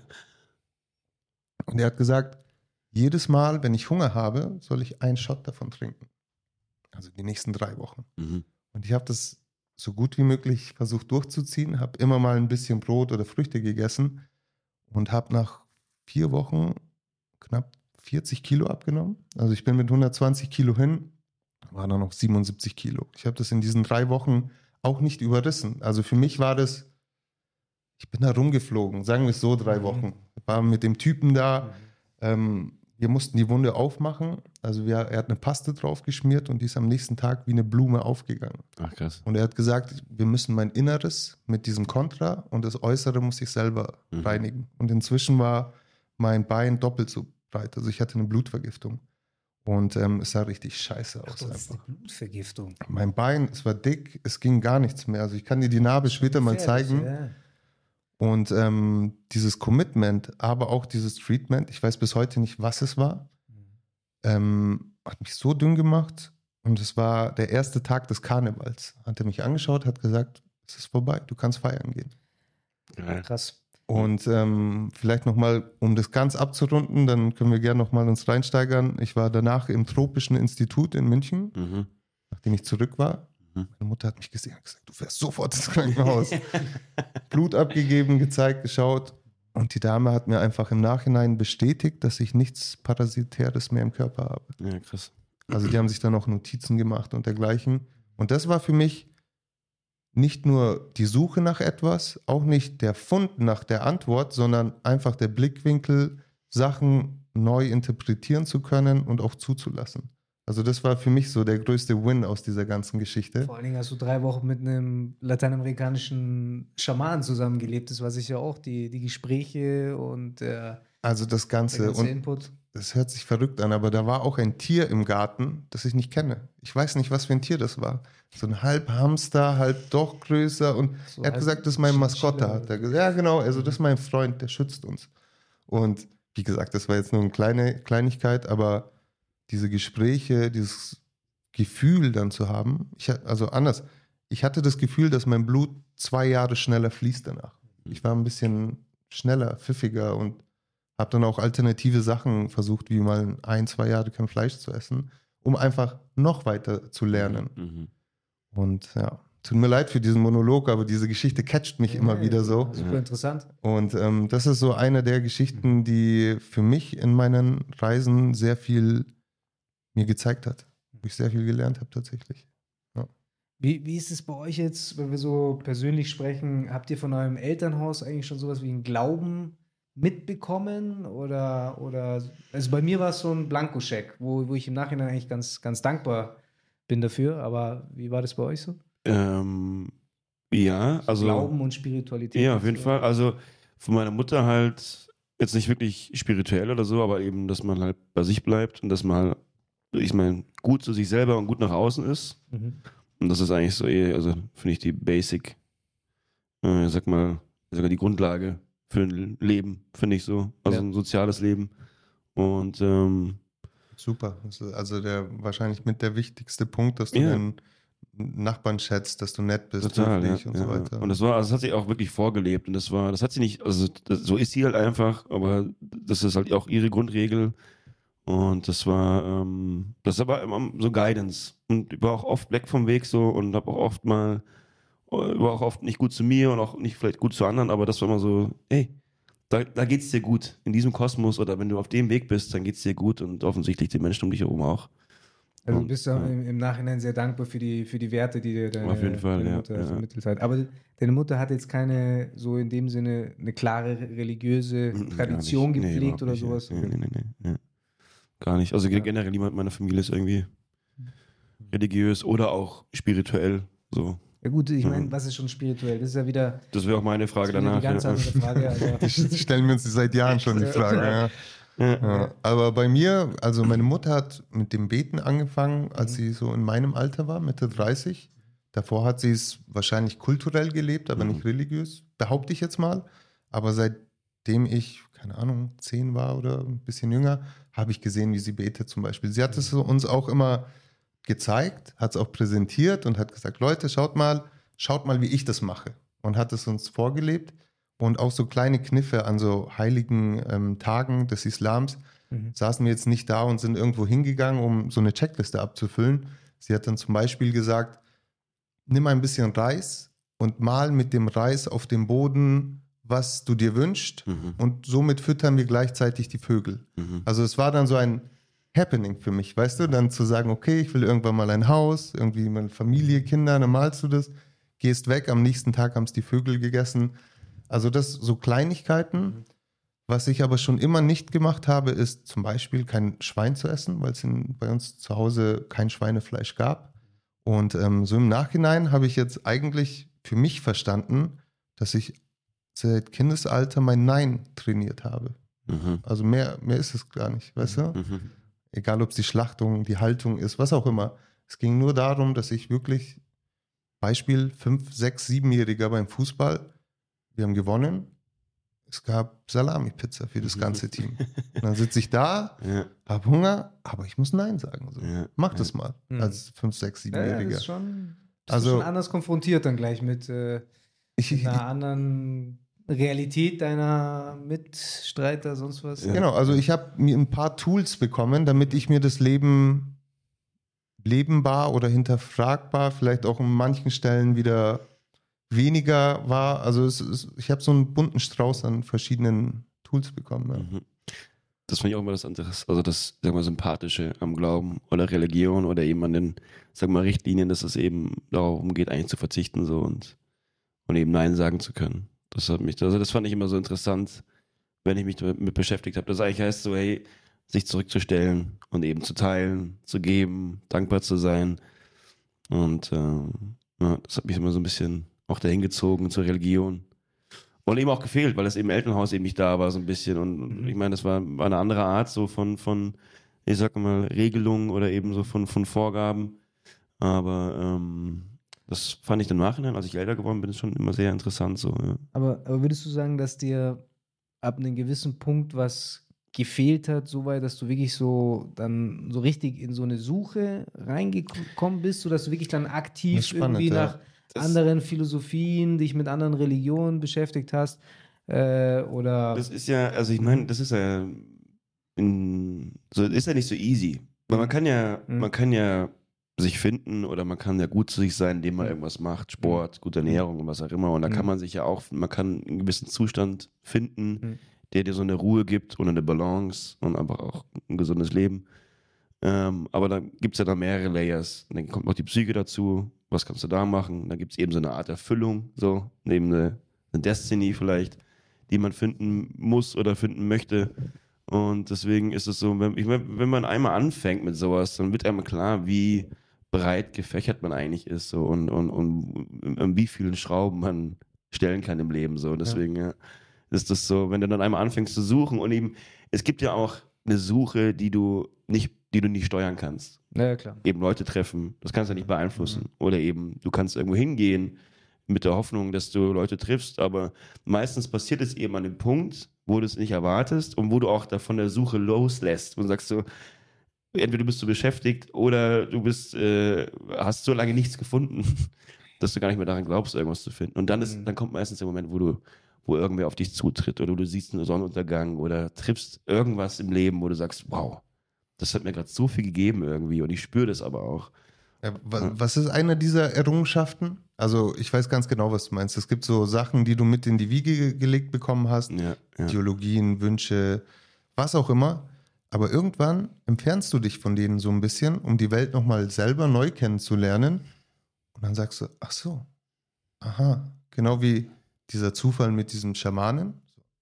Speaker 3: Und er hat gesagt, jedes Mal, wenn ich Hunger habe, soll ich einen Shot davon trinken. Also die nächsten drei Wochen.
Speaker 1: Mhm.
Speaker 3: Und ich habe das so gut wie möglich versucht durchzuziehen, habe immer mal ein bisschen Brot oder Früchte gegessen und habe nach vier Wochen knapp vierzig Kilo abgenommen. Also ich bin mit hundertzwanzig Kilo hin, war dann noch siebenundsiebzig Kilo. Ich habe das in diesen drei Wochen auch nicht überrissen. Also für mich war das, ich bin da rumgeflogen, sagen wir es so, drei Wochen. Ich war mit dem Typen da, ähm, wir mussten die Wunde aufmachen. Also wir, er hat eine Paste drauf geschmiert und die ist am nächsten Tag wie eine Blume aufgegangen.
Speaker 1: Ach krass.
Speaker 3: Und er hat gesagt, wir müssen mein Inneres mit diesem Kontra und das Äußere muss ich selber
Speaker 1: Mhm.
Speaker 3: reinigen. Und inzwischen war mein Bein doppelt so breit. Also ich hatte eine Blutvergiftung. Und ähm, es sah richtig scheiße
Speaker 2: Ach,
Speaker 3: aus.
Speaker 2: das ist eine
Speaker 3: Einfach.
Speaker 2: Blutvergiftung.
Speaker 3: Mein Bein, es war dick, es ging gar nichts mehr. Also ich kann dir die Narbe später mal
Speaker 2: Gefährlich,
Speaker 3: zeigen.
Speaker 2: ja.
Speaker 3: Und ähm, dieses Commitment, aber auch dieses Treatment, ich weiß bis heute nicht, was es war, ähm, hat mich so dünn gemacht. Und es war der erste Tag des Karnevals. Hat er mich angeschaut, hat gesagt, es ist vorbei, du kannst feiern gehen.
Speaker 1: Geil.
Speaker 2: Krass.
Speaker 3: Und ähm, vielleicht nochmal, um das ganz abzurunden, dann können wir gerne nochmal uns reinsteigern. Ich war danach im Tropischen Institut in München,
Speaker 1: Mhm.
Speaker 3: nachdem ich zurück war.
Speaker 1: Mhm.
Speaker 3: Meine Mutter hat mich gesehen und gesagt, du fährst sofort ins Krankenhaus. Blut abgegeben, gezeigt, geschaut. Und die Dame hat mir einfach im Nachhinein bestätigt, dass ich nichts Parasitäres mehr im Körper habe.
Speaker 1: Ja, krass.
Speaker 3: Also die haben sich dann auch Notizen gemacht und dergleichen. Und das war für mich nicht nur die Suche nach etwas, auch nicht der Fund nach der Antwort, sondern einfach der Blickwinkel, Sachen neu interpretieren zu können und auch zuzulassen. Also das war für mich so der größte Win aus dieser ganzen Geschichte.
Speaker 2: Vor allen Dingen hast du drei Wochen mit einem lateinamerikanischen Schamanen zusammengelebt. Das war sicher auch die, die Gespräche und der,
Speaker 3: Also das
Speaker 2: der
Speaker 3: Ganze.
Speaker 2: ganze
Speaker 3: Und
Speaker 2: Input.
Speaker 3: das hört sich verrückt an, aber da war auch ein Tier im Garten, das ich nicht kenne. Ich weiß nicht, was für ein Tier das war. So ein halb Hamster, halb doch größer. Und
Speaker 2: So
Speaker 3: er hat
Speaker 2: halb
Speaker 3: gesagt, das ist mein Maskotte.
Speaker 2: Chinchilla.
Speaker 3: Hat er gesagt. Ja, genau, also das ist mein Freund, der schützt uns. Und wie gesagt, das war jetzt nur eine kleine Kleinigkeit, aber diese Gespräche, dieses Gefühl dann zu haben, ich, ha- also anders, ich hatte das Gefühl, dass mein Blut zwei Jahre schneller fließt danach. Ich war ein bisschen schneller, pfiffiger und habe dann auch alternative Sachen versucht, wie mal ein, zwei Jahre kein Fleisch zu essen, um einfach noch weiter zu lernen.
Speaker 1: Mhm.
Speaker 3: Und ja, tut mir leid für diesen Monolog, aber diese Geschichte catcht mich
Speaker 2: Ja,
Speaker 3: immer wieder so.
Speaker 2: Super interessant.
Speaker 3: Und ähm, das ist so eine der Geschichten, die für mich in meinen Reisen sehr viel mir gezeigt hat. Wo ich sehr viel gelernt habe tatsächlich.
Speaker 2: Wie, wie ist es bei euch jetzt, wenn wir so persönlich sprechen? Habt ihr von eurem Elternhaus eigentlich schon sowas wie einen Glauben mitbekommen? Oder, oder also bei mir war es so ein Blankoscheck, wo, wo ich im Nachhinein eigentlich ganz, ganz dankbar bin dafür. Aber wie war das bei euch so?
Speaker 1: Ähm, ja, also.
Speaker 2: Glauben und Spiritualität.
Speaker 1: Ja, auf jeden Fall. Also von meiner Mutter halt jetzt nicht wirklich spirituell oder so, aber eben, dass man halt bei sich bleibt und dass man halt, ich meine, gut zu sich selber und gut nach außen ist.
Speaker 2: Mhm.
Speaker 1: Und das ist eigentlich so eh, also finde ich die Basic, äh, sag mal, sogar die Grundlage für ein Leben, finde ich so. Also
Speaker 2: Ja.
Speaker 1: ein soziales Leben. Und ähm,
Speaker 3: Super. Das ist also der wahrscheinlich mit der wichtigste Punkt, dass du
Speaker 1: Ja.
Speaker 3: den Nachbarn schätzt, dass du nett bist,
Speaker 1: total, ja,
Speaker 3: höflich und so
Speaker 1: ja.
Speaker 3: weiter.
Speaker 1: Und das war, also das hat sie auch wirklich vorgelebt. Und das war, das hat sie nicht, also das, so ist sie halt einfach, aber das ist halt auch ihre Grundregel. Und das war, ähm, das war immer so Guidance. Und ich war auch oft weg vom Weg so und habe auch oft mal, war auch oft nicht gut zu mir und auch nicht vielleicht gut zu anderen, aber das war immer so, hey, da, da geht's dir gut. In diesem Kosmos oder wenn du auf dem Weg bist, dann geht's dir gut und offensichtlich den Menschen um dich herum auch.
Speaker 2: Also du
Speaker 1: Und,
Speaker 2: bist ja
Speaker 1: ja.
Speaker 2: im, im Nachhinein sehr dankbar für die, für die Werte, die dir deine,
Speaker 1: Auf jeden Fall,
Speaker 2: deine
Speaker 1: ja,
Speaker 2: Mutter
Speaker 1: ja.
Speaker 2: vermittelt hat. Aber deine Mutter hat jetzt keine, so in dem Sinne, eine klare religiöse
Speaker 1: Mhm,
Speaker 2: Tradition
Speaker 1: gar nicht. Nee,
Speaker 2: gepflegt
Speaker 1: überhaupt
Speaker 2: oder
Speaker 1: nicht, ja.
Speaker 2: sowas?
Speaker 1: Nee, nee, nee, nee, nee. Gar nicht. Also
Speaker 2: Ja.
Speaker 1: generell niemand meiner Familie ist irgendwie religiös oder auch spirituell. So.
Speaker 2: Ja gut, ich meine,
Speaker 1: Mhm.
Speaker 2: was ist schon spirituell? Das ist ja wieder,
Speaker 1: Das wäre auch meine Frage
Speaker 2: das ist wieder
Speaker 1: danach.
Speaker 2: die ganz
Speaker 1: ja.
Speaker 2: andere Frage. Aber
Speaker 3: Die stellen wir uns seit Jahren schon die Frage. Ja.
Speaker 1: Ja.
Speaker 3: Ja. Aber bei mir, also meine Mutter hat mit dem Beten angefangen, als
Speaker 2: Mhm.
Speaker 3: sie so in meinem Alter war, Mitte dreißig. Davor hat sie es wahrscheinlich kulturell gelebt, aber
Speaker 1: Mhm.
Speaker 3: nicht religiös, behaupte ich jetzt mal. Aber seitdem ich, keine Ahnung, zehn war oder ein bisschen jünger, habe ich gesehen, wie sie betet zum Beispiel. Sie hat es so uns auch immer gezeigt, hat es auch präsentiert und hat gesagt, Leute, schaut mal, schaut mal, wie ich das mache. Und hat es uns vorgelebt. Und auch so kleine Kniffe an so heiligen ähm, Tagen des Islams
Speaker 2: Mhm.
Speaker 3: saßen wir jetzt nicht da und sind irgendwo hingegangen, um so eine Checkliste abzufüllen. Sie hat dann zum Beispiel gesagt, nimm ein bisschen Reis und mal mit dem Reis auf dem Boden, was du dir wünschst.
Speaker 1: Mhm.
Speaker 3: Und somit füttern wir gleichzeitig die Vögel.
Speaker 1: Mhm.
Speaker 3: Also es war dann so ein Happening für mich, weißt du? Dann zu sagen, okay, ich will irgendwann mal ein Haus, irgendwie meine Familie, Kinder, dann malst du das, gehst weg, am nächsten Tag haben es die Vögel gegessen. Also das so Kleinigkeiten. Was ich aber schon immer nicht gemacht habe, ist zum Beispiel kein Schwein zu essen, weil es in, bei uns zu Hause kein Schweinefleisch gab. Und ähm, so im Nachhinein habe ich jetzt eigentlich für mich verstanden, dass ich seit Kindesalter mein Nein trainiert habe.
Speaker 1: Mhm.
Speaker 3: Also mehr, mehr ist es gar nicht, weißt du?
Speaker 1: Mhm.
Speaker 3: Egal, ob es die Schlachtung, die Haltung ist, was auch immer. Es ging nur darum, dass ich wirklich, Beispiel, fünf, sechs, siebenjähriger beim Fußball, wir haben gewonnen, es gab Salami-Pizza für das ganze Team. Und dann sitze ich da,
Speaker 1: Ja.
Speaker 3: habe Hunger, aber ich muss Nein sagen. So.
Speaker 1: Ja.
Speaker 3: Mach
Speaker 1: Ja.
Speaker 3: das mal,
Speaker 2: Mhm.
Speaker 3: als fünf, sechs,
Speaker 2: ja, ja,
Speaker 3: siebenjähriger.
Speaker 2: das ist schon, bist
Speaker 3: Also-
Speaker 2: du schon anders konfrontiert dann gleich mit, äh,
Speaker 3: ich,
Speaker 2: mit
Speaker 3: ich,
Speaker 2: einer anderen Realität deiner Mitstreiter, sonst was.
Speaker 1: Ja.
Speaker 3: Genau, also ich habe mir ein paar Tools bekommen, damit ich mir das Leben lebenbar oder hinterfragbar, vielleicht auch an manchen Stellen wieder weniger war. Also es ist, ich habe so einen bunten Strauß an verschiedenen Tools bekommen. Ja.
Speaker 1: Mhm. Das fand ich auch immer das Interesse, also das, sag mal, Sympathische am Glauben oder Religion oder eben an den, sag mal, Richtlinien, dass es eben darum geht, eigentlich zu verzichten so und, und eben Nein sagen zu können. Das hat mich, also das fand ich immer so interessant, wenn ich mich damit beschäftigt habe. Das eigentlich heißt so, hey, sich zurückzustellen und eben zu teilen, zu geben, dankbar zu sein. Und äh, ja, das hat mich immer so ein bisschen auch dahin gezogen zur Religion. Und eben auch gefehlt, weil das eben im Elternhaus eben nicht da war, so ein bisschen. Und
Speaker 2: Mhm.
Speaker 1: ich meine, das war, war eine andere Art so von, von, ich sag mal, Regelungen oder eben so von, von Vorgaben. Aber ähm, das fand ich im Nachhinein, als ich älter geworden bin, schon immer sehr interessant. So, ja.
Speaker 2: Aber, aber würdest du sagen, dass dir ab einem gewissen Punkt was gefehlt hat, soweit, dass du wirklich so dann so richtig in so eine Suche reingekommen bist, sodass du wirklich dann aktiv
Speaker 3: Das ist spannend,
Speaker 2: irgendwie
Speaker 3: ja.
Speaker 2: nach
Speaker 1: Das-
Speaker 2: anderen Philosophien, dich mit anderen Religionen beschäftigt hast? Äh, oder
Speaker 1: Das ist ja, also ich meine, das ist ja, in, so ist ja nicht so easy. Weil man kann ja,
Speaker 2: Mhm.
Speaker 1: man kann ja sich finden oder man kann ja gut zu sich sein, indem man irgendwas macht, Sport, gute Ernährung und was auch immer. Und da kann man sich ja auch, man kann einen gewissen Zustand finden, der dir so eine Ruhe gibt und eine Balance und einfach auch ein gesundes Leben. Ähm, aber da gibt es ja dann mehrere Layers. Und dann kommt noch die Psyche dazu. Was kannst du da machen? Dann gibt es eben so eine Art Erfüllung, so neben eine, eine Destiny vielleicht, die man finden muss oder finden möchte. Und deswegen ist es so, wenn, ich mein, wenn man einmal anfängt mit sowas, dann wird einem klar, wie breit gefächert man eigentlich ist so, und, und, und an wie vielen Schrauben man stellen kann im Leben. So. Deswegen ja. Ja, ist das so, wenn du dann einmal anfängst zu suchen und eben, es gibt ja auch eine Suche, die du nicht, die du nicht steuern kannst.
Speaker 2: Ja, klar.
Speaker 1: Eben Leute treffen, das kannst du nicht beeinflussen. Mhm. Oder eben, du kannst irgendwo hingehen mit der Hoffnung, dass du Leute triffst, aber meistens passiert es eben an dem Punkt, wo du es nicht erwartest und wo du auch da von der Suche loslässt und sagst so, entweder du bist so beschäftigt oder du bist, äh, hast so lange nichts gefunden, dass du gar nicht mehr daran glaubst, irgendwas zu finden. Und dann ist, mhm. dann kommt meistens der Moment, wo du, wo irgendwer auf dich zutritt oder du siehst einen Sonnenuntergang oder triffst irgendwas im Leben, wo du sagst, wow, das hat mir gerade so viel gegeben irgendwie und ich spüre das aber auch.
Speaker 3: Ja, was ist eine dieser Errungenschaften? Also ich weiß ganz genau, was du meinst. Es gibt so Sachen, die du mit in die Wiege gelegt bekommen hast,
Speaker 1: ja, ja.
Speaker 3: Ideologien, Wünsche, was auch immer. Aber irgendwann entfernst du dich von denen so ein bisschen, um die Welt nochmal selber neu kennenzulernen. Und dann sagst du, ach so, aha, genau wie dieser Zufall mit diesem Schamanen,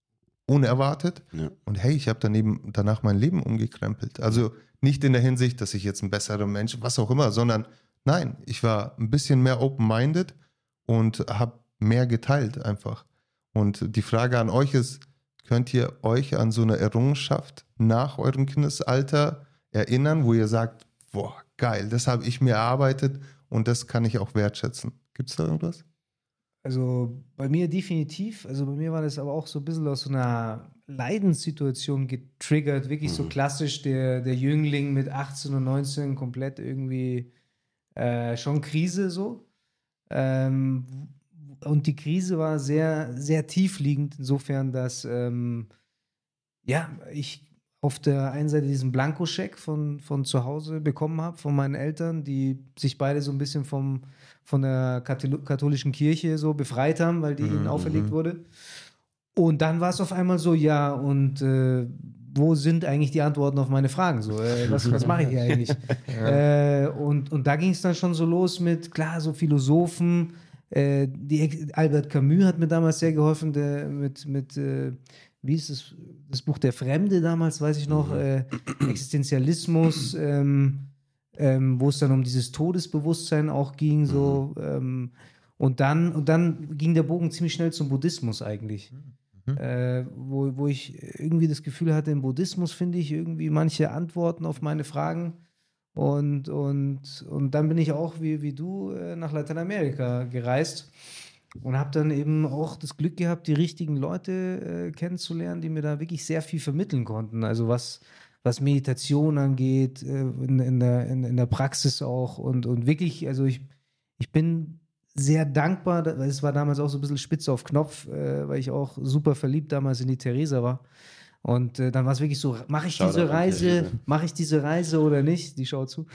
Speaker 3: unerwartet.
Speaker 1: Ja.
Speaker 3: Und hey, ich habe daneben danach mein Leben umgekrempelt. Also nicht in der Hinsicht, dass ich jetzt ein besserer Mensch, was auch immer, sondern nein, ich war ein bisschen mehr open-minded und habe mehr geteilt einfach. Und die Frage an euch ist, könnt ihr euch an so eine Errungenschaft nach eurem Kindesalter erinnern, wo ihr sagt, boah, geil, das habe ich mir erarbeitet und das kann ich auch wertschätzen. Gibt es da irgendwas?
Speaker 2: Also bei mir definitiv. Also bei mir war das aber auch so ein bisschen aus so einer Leidenssituation getriggert. Wirklich so klassisch der, der Jüngling mit achtzehn und neunzehn komplett irgendwie äh, schon Krise so. Ähm, und die Krise war sehr, sehr tiefliegend insofern, dass ähm, ja, ich auf der einen Seite diesen Blankoscheck von, von zu Hause bekommen habe, von meinen Eltern, die sich beide so ein bisschen vom, von der Kathol- katholischen Kirche so befreit haben, weil die
Speaker 3: Mhm.
Speaker 2: ihnen auferlegt wurde. Und dann war es auf einmal so, ja, und äh, wo sind eigentlich die Antworten auf meine Fragen? So, äh, was, was mache ich hier eigentlich? äh, und, und da ging es dann schon so los mit, klar, so Philosophen. Äh, die, Albert Camus hat mir damals sehr geholfen, der, mit, mit äh, wie ist das, das Buch Der Fremde damals, weiß ich noch, äh, Existenzialismus, ähm, ähm, wo es dann um dieses Todesbewusstsein auch ging, so, ähm, und dann, und dann ging der Bogen ziemlich schnell zum Buddhismus eigentlich. Mhm. Äh, wo, wo ich irgendwie das Gefühl hatte, im Buddhismus finde ich irgendwie manche Antworten auf meine Fragen. Und, und, und dann bin ich auch wie, wie du äh, nach Lateinamerika gereist und habe dann eben auch das Glück gehabt, die richtigen Leute äh, kennenzulernen, die mir da wirklich sehr viel vermitteln konnten. Also was, was Meditation angeht, äh, in, in, der, in, in der Praxis auch. Und, und wirklich, also ich, ich bin sehr dankbar, weil es war damals auch so ein bisschen spitz auf Knopf, äh, weil ich auch super verliebt damals in die Theresa war. Und äh, dann war es wirklich so, mache ich
Speaker 1: Shoutout
Speaker 2: diese
Speaker 1: an
Speaker 2: Reise,
Speaker 1: Theresa.
Speaker 2: mache ich diese Reise oder nicht? Die schaut zu.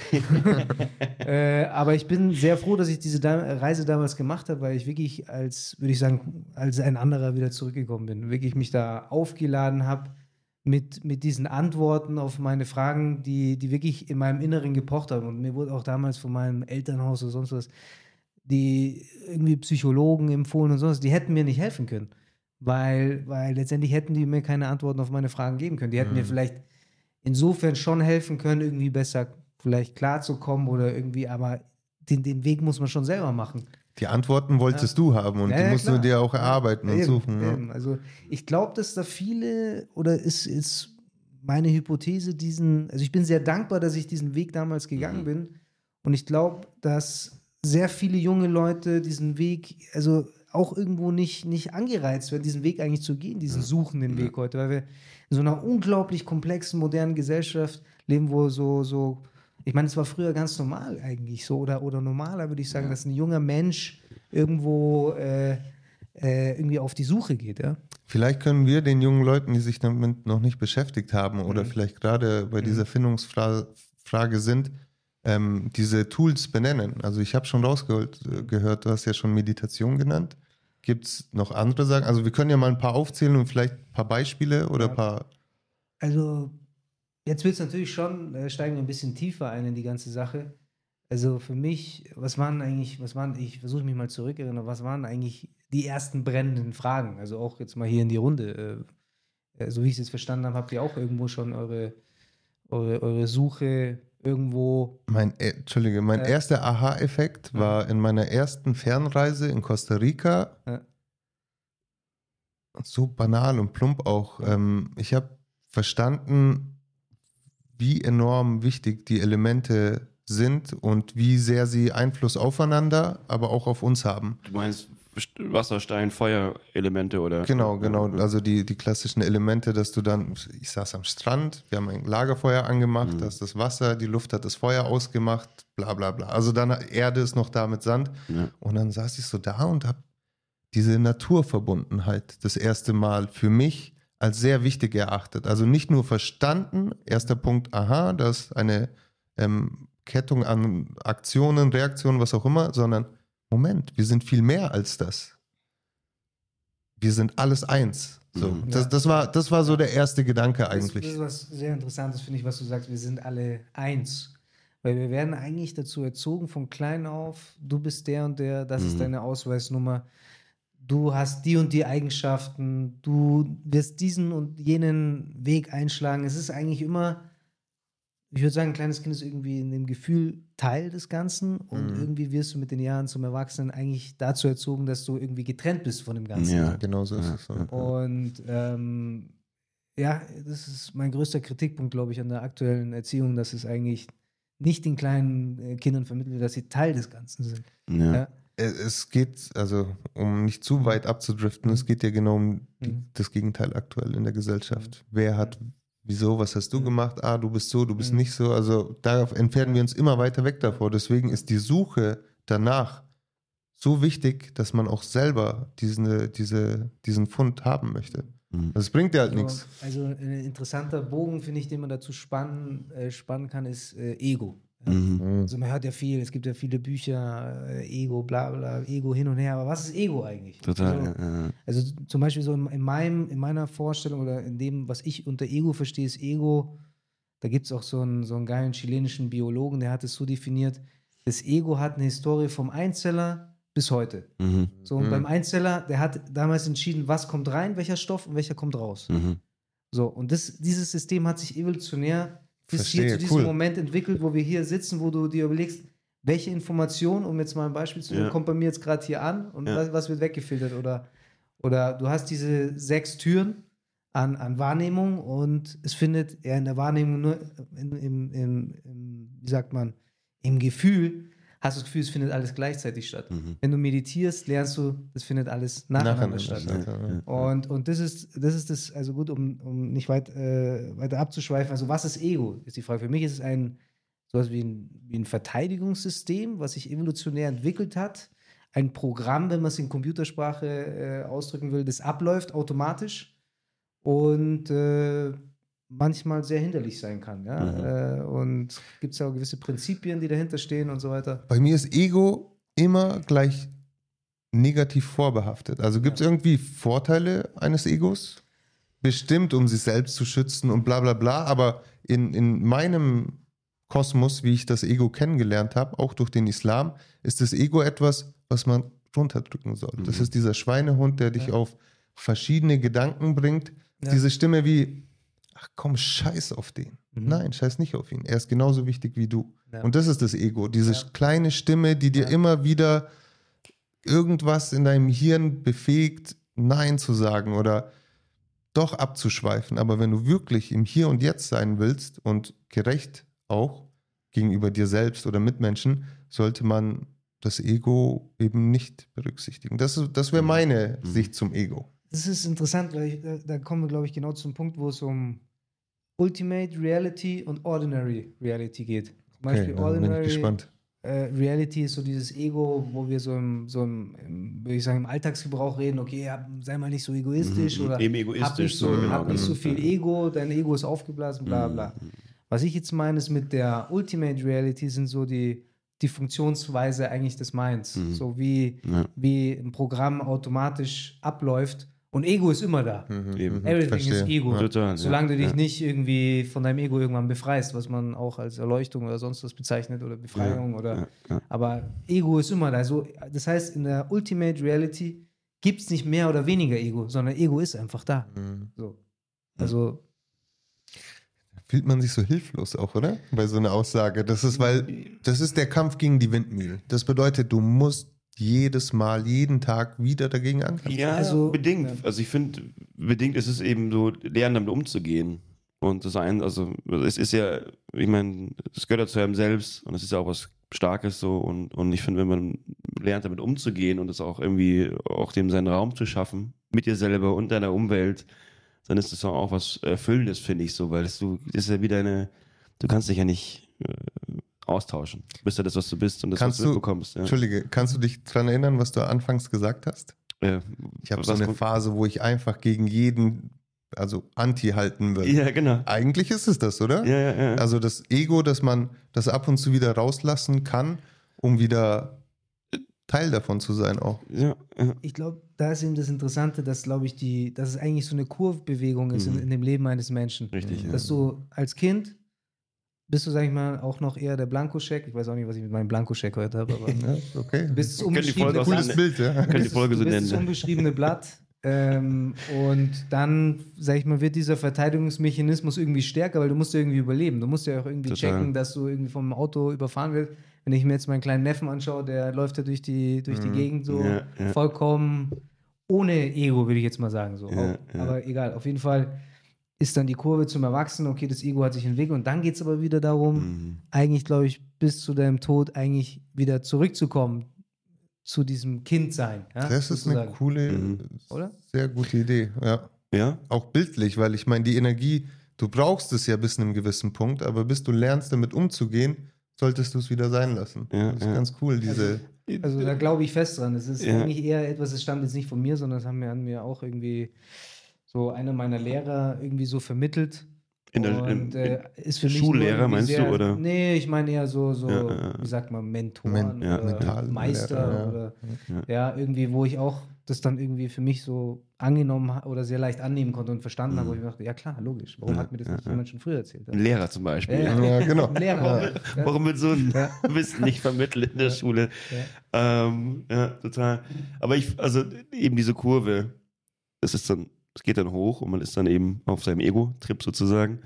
Speaker 2: äh, aber ich bin sehr froh, dass ich diese da Reise damals gemacht habe, weil ich wirklich als, würde ich sagen, als ein anderer wieder zurückgekommen bin. Wirklich mich da aufgeladen habe mit, mit diesen Antworten auf meine Fragen, die, die wirklich in meinem Inneren gepocht haben. Und mir wurde auch damals von meinem Elternhaus oder sonst was, die irgendwie Psychologen empfohlen und sonst, die hätten mir nicht helfen können. Weil, weil letztendlich hätten die mir keine Antworten auf meine Fragen geben können. Die hätten
Speaker 3: Mhm.
Speaker 2: mir vielleicht insofern schon helfen können, irgendwie besser vielleicht klarzukommen oder irgendwie, aber den, den Weg muss man schon selber machen.
Speaker 3: Die Antworten wolltest du haben und
Speaker 2: Ja,
Speaker 3: die
Speaker 2: ja,
Speaker 3: musst
Speaker 2: klar.
Speaker 3: du dir auch erarbeiten
Speaker 2: Ja,
Speaker 3: und
Speaker 2: eben,
Speaker 3: suchen. Ja.
Speaker 2: eben. Also ich glaube, dass da viele, oder ist, ist meine Hypothese, diesen, also ich bin sehr dankbar, dass ich diesen Weg damals gegangen
Speaker 1: Mhm.
Speaker 2: bin. Und ich glaube, dass sehr viele junge Leute diesen Weg, also auch irgendwo nicht, nicht angereizt werden, diesen Weg eigentlich zu gehen, diesen suchenden Weg heute, weil wir in so einer unglaublich komplexen, modernen Gesellschaft leben, wo so, so, ich meine, es war früher ganz normal eigentlich so, oder, oder normaler würde ich sagen,
Speaker 1: Ja.
Speaker 2: dass ein junger Mensch irgendwo äh, äh, irgendwie auf die Suche geht, ja.
Speaker 3: Vielleicht können wir den jungen Leuten, die sich damit noch nicht beschäftigt haben oder
Speaker 2: Mhm.
Speaker 3: vielleicht gerade bei dieser Findungsfrage sind, ähm, diese Tools benennen. Also ich habe schon rausgehört, äh, gehört, du hast ja schon Meditation genannt. Gibt es noch andere Sachen? Also wir können ja mal ein paar aufzählen und vielleicht ein paar Beispiele oder
Speaker 2: Ja.
Speaker 3: ein paar...
Speaker 2: Also, jetzt wird es natürlich schon, äh, steigen wir ein bisschen tiefer ein in die ganze Sache. Also für mich, was waren eigentlich, was waren, ich versuche mich mal zurückerinnern, was waren eigentlich die ersten brennenden Fragen? Also auch jetzt mal hier in die Runde. Äh, äh, so wie ich es jetzt verstanden habe, habt ihr auch irgendwo schon eure, eure, eure Suche irgendwo.
Speaker 3: Mein, äh, Entschuldige, mein
Speaker 2: Äh,
Speaker 3: erster Aha-Effekt
Speaker 2: ja.
Speaker 3: war in meiner ersten Fernreise in Costa Rica.
Speaker 2: Ja.
Speaker 3: So banal und plump auch.
Speaker 2: Ja.
Speaker 3: Ähm, ich habe verstanden, wie enorm wichtig die Elemente sind und wie sehr sie Einfluss aufeinander, aber auch auf uns haben.
Speaker 1: Du meinst Wasser, Stein, Feuerelemente oder?
Speaker 3: Genau, genau. Also die, die klassischen Elemente, dass du dann, ich saß am Strand, wir haben ein Lagerfeuer angemacht,
Speaker 1: Mhm.
Speaker 3: da ist das Wasser, die Luft hat das Feuer ausgemacht, bla bla bla. Also dann Erde ist noch da mit Sand.
Speaker 1: Ja.
Speaker 3: Und dann saß ich so da und habe diese Naturverbundenheit das erste Mal für mich als sehr wichtig erachtet. Also nicht nur verstanden, erster Punkt, aha, das ist eine ähm, Kettung an Aktionen, Reaktionen, was auch immer, sondern Moment, wir sind viel mehr als das. Wir sind alles eins. So,
Speaker 1: Mhm.
Speaker 3: das, das, war, das war so der erste Gedanke eigentlich.
Speaker 2: Das, das ist was sehr Interessantes, finde ich, was du sagst. Wir sind alle eins. Weil wir werden eigentlich dazu erzogen, von klein auf, du bist der und der, das
Speaker 1: Mhm.
Speaker 2: ist deine Ausweisnummer. Du hast die und die Eigenschaften, du wirst diesen und jenen Weg einschlagen. Es ist eigentlich immer, ich würde sagen, ein kleines Kind ist irgendwie in dem Gefühl Teil des Ganzen und
Speaker 3: Mhm.
Speaker 2: irgendwie wirst du mit den Jahren zum Erwachsenen eigentlich dazu erzogen, dass du irgendwie getrennt bist von dem Ganzen.
Speaker 1: Ja.
Speaker 3: Genau so ist
Speaker 1: Ja,
Speaker 3: es. So.
Speaker 1: ja.
Speaker 2: Und ähm, ja, das ist mein größter Kritikpunkt, glaube ich, an der aktuellen Erziehung, dass es eigentlich nicht den kleinen äh, Kindern vermittelt wird, dass sie Teil des Ganzen sind.
Speaker 1: Ja.
Speaker 2: Ja.
Speaker 3: Es es geht, also um nicht zu weit abzudriften,
Speaker 2: Mhm.
Speaker 3: es geht ja genau um die,
Speaker 2: Mhm.
Speaker 3: das Gegenteil aktuell in der Gesellschaft. Wer hat, wieso, was hast du
Speaker 2: Mhm.
Speaker 3: gemacht? Ah, du bist so, du bist
Speaker 2: Mhm.
Speaker 3: nicht so. Also da entfernen wir uns immer weiter weg davor. Deswegen ist die Suche danach so wichtig, dass man auch selber diesen, diese, diesen Fund haben möchte.
Speaker 1: Mhm.
Speaker 3: Das bringt ja halt
Speaker 2: Also,
Speaker 3: nichts.
Speaker 2: also ein interessanter Bogen, finde ich, den man dazu spannen, äh, spannen kann, ist äh, Ego. Ja.
Speaker 1: Mhm.
Speaker 2: Also man hört ja viel, es gibt ja viele Bücher, äh, Ego, bla bla, Ego hin und her, aber was ist Ego eigentlich?
Speaker 1: Total.
Speaker 2: Also,
Speaker 1: ja, ja.
Speaker 2: Also zum Beispiel so in, in, meinem, in meiner Vorstellung oder in dem, was ich unter Ego verstehe, ist Ego, da gibt es auch so einen, so einen geilen chilenischen Biologen, der hat es so definiert, das Ego hat eine Historie vom Einzeller bis heute.
Speaker 1: Mhm.
Speaker 2: So, und
Speaker 3: Mhm.
Speaker 2: beim Einzeller, der hat damals entschieden, was kommt rein, welcher Stoff und welcher kommt raus.
Speaker 1: Mhm.
Speaker 2: So, und das, dieses System hat sich evolutionär bis hier
Speaker 3: Verstehe,
Speaker 2: zu diesem
Speaker 3: cool.
Speaker 2: Moment entwickelt, wo wir hier sitzen, wo du dir überlegst, welche Information, um jetzt mal ein Beispiel zu nennen,
Speaker 1: Ja.
Speaker 2: kommt bei mir jetzt gerade hier an und
Speaker 1: Ja.
Speaker 2: was, was wird weggefiltert oder, oder du hast diese sechs Türen an, an Wahrnehmung und es findet eher in der Wahrnehmung nur in, im, im, im, wie sagt man, im Gefühl, hast du das Gefühl, es findet alles gleichzeitig statt.
Speaker 1: Mhm.
Speaker 2: Wenn du meditierst, lernst du, es findet alles nacheinander, statt.
Speaker 3: Nacheinander, ja.
Speaker 2: Und, und das ist, das ist das, also gut, um, um nicht weit, äh, weiter abzuschweifen, also was ist Ego, ist die Frage. Für mich ist es ein, sowas wie ein, wie ein Verteidigungssystem, was sich evolutionär entwickelt hat. Ein Programm, wenn man es in Computersprache äh, ausdrücken will, das abläuft automatisch und äh, manchmal sehr hinderlich sein kann. Ja?
Speaker 1: Mhm.
Speaker 2: Äh, und gibt es ja auch gewisse Prinzipien, die dahinter stehen und so weiter.
Speaker 3: Bei mir ist Ego immer gleich negativ vorbehaftet. Also gibt es
Speaker 2: Ja.
Speaker 3: irgendwie Vorteile eines Egos? Bestimmt, um sich selbst zu schützen und bla bla bla. Aber in, in meinem Kosmos, wie ich das Ego kennengelernt habe, auch durch den Islam, ist das Ego etwas, was man runterdrücken soll. Das
Speaker 1: Mhm.
Speaker 3: ist dieser Schweinehund, der dich
Speaker 2: Ja.
Speaker 3: auf verschiedene Gedanken bringt.
Speaker 2: Ja.
Speaker 3: Diese Stimme wie, ach komm, scheiß auf den.
Speaker 2: Mhm.
Speaker 3: Nein, scheiß nicht auf ihn. Er ist genauso wichtig wie du.
Speaker 2: Ja.
Speaker 3: Und das ist das Ego. Diese
Speaker 2: Ja.
Speaker 3: kleine Stimme, die dir
Speaker 2: Ja.
Speaker 3: immer wieder irgendwas in deinem Hirn befähigt, Nein zu sagen oder doch abzuschweifen. Aber wenn du wirklich im Hier und Jetzt sein willst und gerecht auch gegenüber dir selbst oder Mitmenschen, sollte man das Ego eben nicht berücksichtigen. Das, ist- das wäre
Speaker 1: Mhm.
Speaker 3: meine
Speaker 1: Mhm.
Speaker 3: Sicht zum Ego.
Speaker 2: Das ist interessant, weil ich, da, da kommen wir, glaube ich, genau zum Punkt, wo es um Ultimate Reality und Ordinary Reality geht. Zum Beispiel
Speaker 3: dann bin ich
Speaker 2: Ordinary
Speaker 3: gespannt.
Speaker 2: äh, Reality ist so dieses Ego, wo wir so im, so im, im würde ich sagen, im Alltagsgebrauch reden, okay, hab, sei mal nicht so egoistisch
Speaker 1: Mhm.
Speaker 2: oder
Speaker 1: Eben
Speaker 2: hab
Speaker 1: egoistisch,
Speaker 2: nicht so,
Speaker 1: so, genau,
Speaker 2: hab nicht so
Speaker 1: genau.
Speaker 2: viel Ego, dein Ego ist aufgeblasen, bla bla.
Speaker 1: Mhm.
Speaker 2: Was ich jetzt meine, ist mit der Ultimate Reality sind so die, die Funktionsweise eigentlich des Minds.
Speaker 1: Mhm.
Speaker 2: So wie,
Speaker 1: Ja.
Speaker 2: wie ein Programm automatisch abläuft. Und Ego ist immer da.
Speaker 3: Mhm.
Speaker 1: Eben.
Speaker 3: Mhm.
Speaker 2: Everything
Speaker 3: Verstehe.
Speaker 2: is Ego.
Speaker 3: Ja.
Speaker 1: Total.
Speaker 2: Solange
Speaker 1: ja.
Speaker 2: du dich
Speaker 1: ja.
Speaker 2: nicht irgendwie von deinem Ego irgendwann befreist, was man auch als Erleuchtung oder sonst was bezeichnet oder Befreiung
Speaker 1: Ja,
Speaker 2: oder.
Speaker 1: ja, ja.
Speaker 2: Aber Ego ist immer da. Also, das heißt, in der Ultimate Reality gibt es nicht mehr oder weniger Ego, sondern Ego ist einfach da.
Speaker 3: Mhm.
Speaker 2: So. Also,
Speaker 3: Fühlt man sich so hilflos auch, oder? Bei so einer Aussage. Das ist, weil, das ist der Kampf gegen die Windmühle. Das bedeutet, du musst jedes Mal, jeden Tag wieder dagegen ankämpfen.
Speaker 1: Ja,
Speaker 2: Also,
Speaker 1: bedingt.
Speaker 2: ja.
Speaker 1: Also ich finde, bedingt ist es eben so, lernen damit umzugehen. Und das ein, also es ist ja, ich meine, es gehört ja zu einem selbst und es ist ja auch was Starkes so und, und ich finde, wenn man lernt damit umzugehen und es auch irgendwie auch dem seinen Raum zu schaffen, mit dir selber und deiner Umwelt, dann ist das auch was Erfüllendes, finde ich so, weil es, du, das ist ja wieder eine, du kannst dich ja nicht äh, austauschen. Du bist ja das, was du bist und das,
Speaker 3: Kannst
Speaker 1: was du
Speaker 3: du-
Speaker 1: mitbekommst. Ja.
Speaker 3: Entschuldige, kannst du dich daran erinnern, was du anfangs gesagt hast?
Speaker 1: Äh,
Speaker 3: Ich habe
Speaker 1: was
Speaker 3: so eine
Speaker 1: kommt-
Speaker 3: Phase, wo ich einfach gegen jeden, also anti halten will.
Speaker 1: Ja, genau.
Speaker 3: Eigentlich ist es das, oder?
Speaker 1: Ja, ja, ja.
Speaker 3: Also das Ego, dass man das ab und zu wieder rauslassen kann, um wieder Teil davon zu sein auch.
Speaker 1: ja, ja.
Speaker 2: ich glaube, da ist eben das Interessante, dass, glaube ich, die, dass es eigentlich so eine Kurvbewegung ist
Speaker 1: Mhm.
Speaker 2: in, in dem Leben eines Menschen.
Speaker 1: Richtig, ja.
Speaker 2: Dass du als Kind bist du, sag ich mal, auch noch eher der Blankoscheck. Ich weiß auch nicht, was ich mit meinem Blankoscheck heute habe, aber
Speaker 3: Ja, okay.
Speaker 2: du bist das
Speaker 1: Können die Folge
Speaker 2: unbeschriebene
Speaker 1: auch
Speaker 3: Cooles
Speaker 1: nennen.
Speaker 3: Bild, ja.
Speaker 1: Können die
Speaker 2: bist,
Speaker 1: Folge so
Speaker 2: du bist
Speaker 1: nennen.
Speaker 2: das unbeschriebene Blatt. Ähm, und dann, sag ich mal, wird dieser Verteidigungsmechanismus irgendwie stärker, weil du musst ja irgendwie überleben. Du musst ja auch irgendwie
Speaker 1: Total.
Speaker 2: checken, dass du irgendwie vom Auto überfahren wirst. Wenn ich mir jetzt meinen kleinen Neffen anschaue, der läuft ja durch die, durch die
Speaker 3: Mhm.
Speaker 2: Gegend so
Speaker 1: Ja, ja.
Speaker 2: vollkommen ohne Ego, würde ich jetzt mal sagen. So.
Speaker 1: Ja,
Speaker 2: Auch,
Speaker 1: ja.
Speaker 2: Aber egal, auf jeden Fall ist dann die Kurve zum Erwachsenen, okay, das Ego hat sich entwickelt und dann geht es aber wieder darum,
Speaker 1: Mhm.
Speaker 2: eigentlich, glaube ich, bis zu deinem Tod eigentlich wieder zurückzukommen zu diesem Kindsein. Ja,
Speaker 3: Das ist eine
Speaker 2: sozusagen.
Speaker 3: coole,
Speaker 1: Mhm.
Speaker 2: Oder?
Speaker 3: sehr gute Idee. Ja.
Speaker 1: Ja?
Speaker 3: Auch bildlich, weil ich meine, die Energie, du brauchst es ja bis zu einem gewissen Punkt, aber bis du lernst, damit umzugehen, solltest du es wieder sein lassen.
Speaker 1: Ja,
Speaker 3: das ist
Speaker 1: ja.
Speaker 3: ganz cool, diese.
Speaker 2: Also da glaube ich fest dran. Es ist
Speaker 1: Ja.
Speaker 2: eigentlich eher etwas, das stammt jetzt nicht von mir, sondern das haben mir an mir auch irgendwie so einer meiner Lehrer irgendwie so vermittelt.
Speaker 1: In der-
Speaker 2: und,
Speaker 1: im-
Speaker 2: äh, ist für mich
Speaker 1: Schullehrer,
Speaker 2: nur irgendwie
Speaker 1: meinst du,
Speaker 2: sehr,
Speaker 1: oder?
Speaker 2: Nee, ich meine eher so, so
Speaker 1: Ja, ja, ja.
Speaker 2: wie sagt man, Mentoren
Speaker 3: Men-
Speaker 1: ja,
Speaker 2: oder
Speaker 3: Mental-
Speaker 2: Meister
Speaker 3: Lehrer, ja.
Speaker 2: oder
Speaker 1: Ja.
Speaker 2: ja, irgendwie, wo ich auch das dann irgendwie für mich so angenommen ha- oder sehr leicht annehmen konnte und verstanden habe, wo ich mir dachte, ja klar, logisch. Warum
Speaker 1: Ja,
Speaker 2: hat mir das
Speaker 1: ja,
Speaker 2: nicht
Speaker 1: ja.
Speaker 2: jemand schon früher erzählt?
Speaker 1: Ein Lehrer zum Beispiel.
Speaker 2: Ja,
Speaker 3: Ja, genau.
Speaker 2: Ein Lehrer. Ja.
Speaker 1: Warum wird so ein
Speaker 2: Ja.
Speaker 1: Wissen nicht vermittelt in der Schule?
Speaker 2: Ja.
Speaker 1: Ähm, ja, total. Aber ich, also eben diese Kurve, das ist dann, es geht dann hoch und man ist dann eben auf seinem Ego-Trip sozusagen.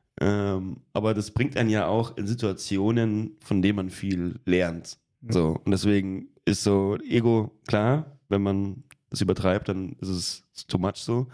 Speaker 1: Ähm, aber das bringt einen ja auch in Situationen, von denen man viel lernt. So, und deswegen ist so Ego klar, wenn man das übertreibt, dann ist es too much so.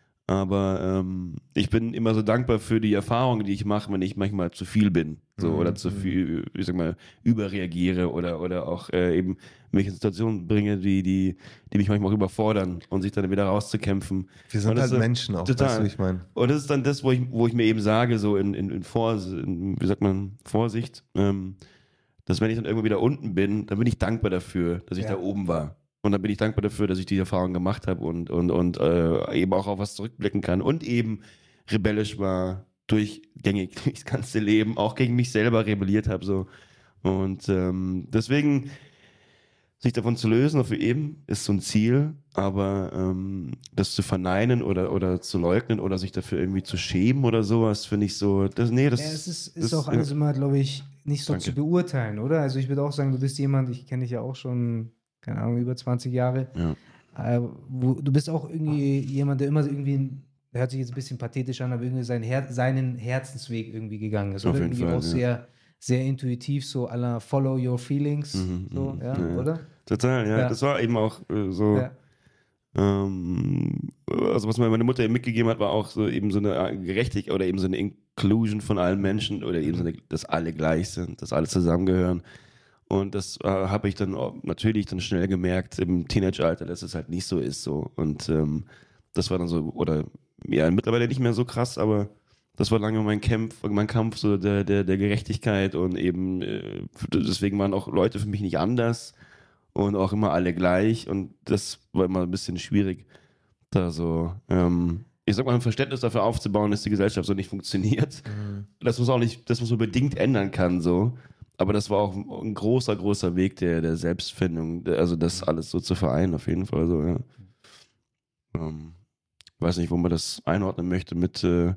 Speaker 1: Aber ähm, ich bin immer so dankbar für die Erfahrungen, die ich mache, wenn ich manchmal zu viel bin. So,
Speaker 3: Mhm.
Speaker 1: oder zu viel, ich sag mal, überreagiere oder, oder auch äh, eben mich in Situationen bringe, die, die, die mich manchmal auch überfordern und sich dann wieder rauszukämpfen.
Speaker 3: Wir sind
Speaker 1: Und das
Speaker 3: halt
Speaker 1: ist-
Speaker 3: Menschen auch,
Speaker 1: total.
Speaker 3: weißt du, wie ich meine.
Speaker 1: Und das ist dann das, wo ich, wo ich mir eben sage, so in, in, in, Vor, in wie sagt man, Vorsicht, ähm, dass wenn ich dann irgendwo wieder unten bin, dann bin ich dankbar dafür, dass ich
Speaker 2: Ja.
Speaker 1: da oben war. Und dann bin ich dankbar dafür, dass ich die Erfahrung gemacht habe und, und, und äh, eben auch auf was zurückblicken kann und eben rebellisch war, durchgängig durchs ganze Leben, auch gegen mich selber rebelliert habe. So. Und ähm, deswegen sich davon zu lösen, für eben ist so ein Ziel, aber ähm, das zu verneinen oder, oder zu leugnen oder sich dafür irgendwie zu schämen oder sowas, finde ich so, das, nee, das
Speaker 2: Ja, es ist,
Speaker 1: das-
Speaker 2: ist auch alles immer, glaube ich, nicht so
Speaker 1: Danke.
Speaker 2: zu beurteilen, oder? Also ich würde auch sagen, du bist jemand, ich kenne dich ja auch schon, keine Ahnung, über zwanzig Jahre.
Speaker 1: Ja.
Speaker 2: Äh, wo, du bist auch irgendwie jemand, der immer so irgendwie, der hört sich jetzt ein bisschen pathetisch an, aber irgendwie seinen, Her seinen Herzensweg irgendwie gegangen ist.
Speaker 1: Auf
Speaker 2: Oder
Speaker 1: jeden
Speaker 2: irgendwie
Speaker 1: Fall,
Speaker 2: auch
Speaker 1: ja.
Speaker 2: sehr, sehr intuitiv, so à la Follow Your Feelings,
Speaker 1: Mhm,
Speaker 2: so,
Speaker 1: mhm.
Speaker 2: ja,
Speaker 1: Ja, ja.
Speaker 2: oder?
Speaker 1: Total, ja.
Speaker 2: Ja.
Speaker 1: Das war eben auch äh, so,
Speaker 2: Ja.
Speaker 1: ähm, also was mir meine Mutter eben mitgegeben hat, war auch so eben so eine Gerechtigkeit oder eben so eine Inclusion von allen Menschen oder eben so eine, dass alle gleich sind, dass alle zusammengehören. Und das äh, habe ich dann auch natürlich dann schnell gemerkt im Teenageralter, dass es halt nicht so ist so. Und ähm, das war dann so, oder ja, mittlerweile nicht mehr so krass, aber das war lange mein Kampf, mein Kampf so der, der, der Gerechtigkeit und eben äh, deswegen waren auch Leute für mich nicht anders und auch immer alle gleich und das war immer ein bisschen schwierig, da so, ähm, ich sag mal, ein Verständnis dafür aufzubauen, dass die Gesellschaft so nicht funktioniert. dass man es auch nicht, dass man es bedingt ändern kann, so. Aber das war auch ein großer, großer Weg der, der Selbstfindung, also das alles so zu vereinen, auf jeden Fall so, ja. Ähm, weiß nicht, wo man das einordnen möchte mit äh,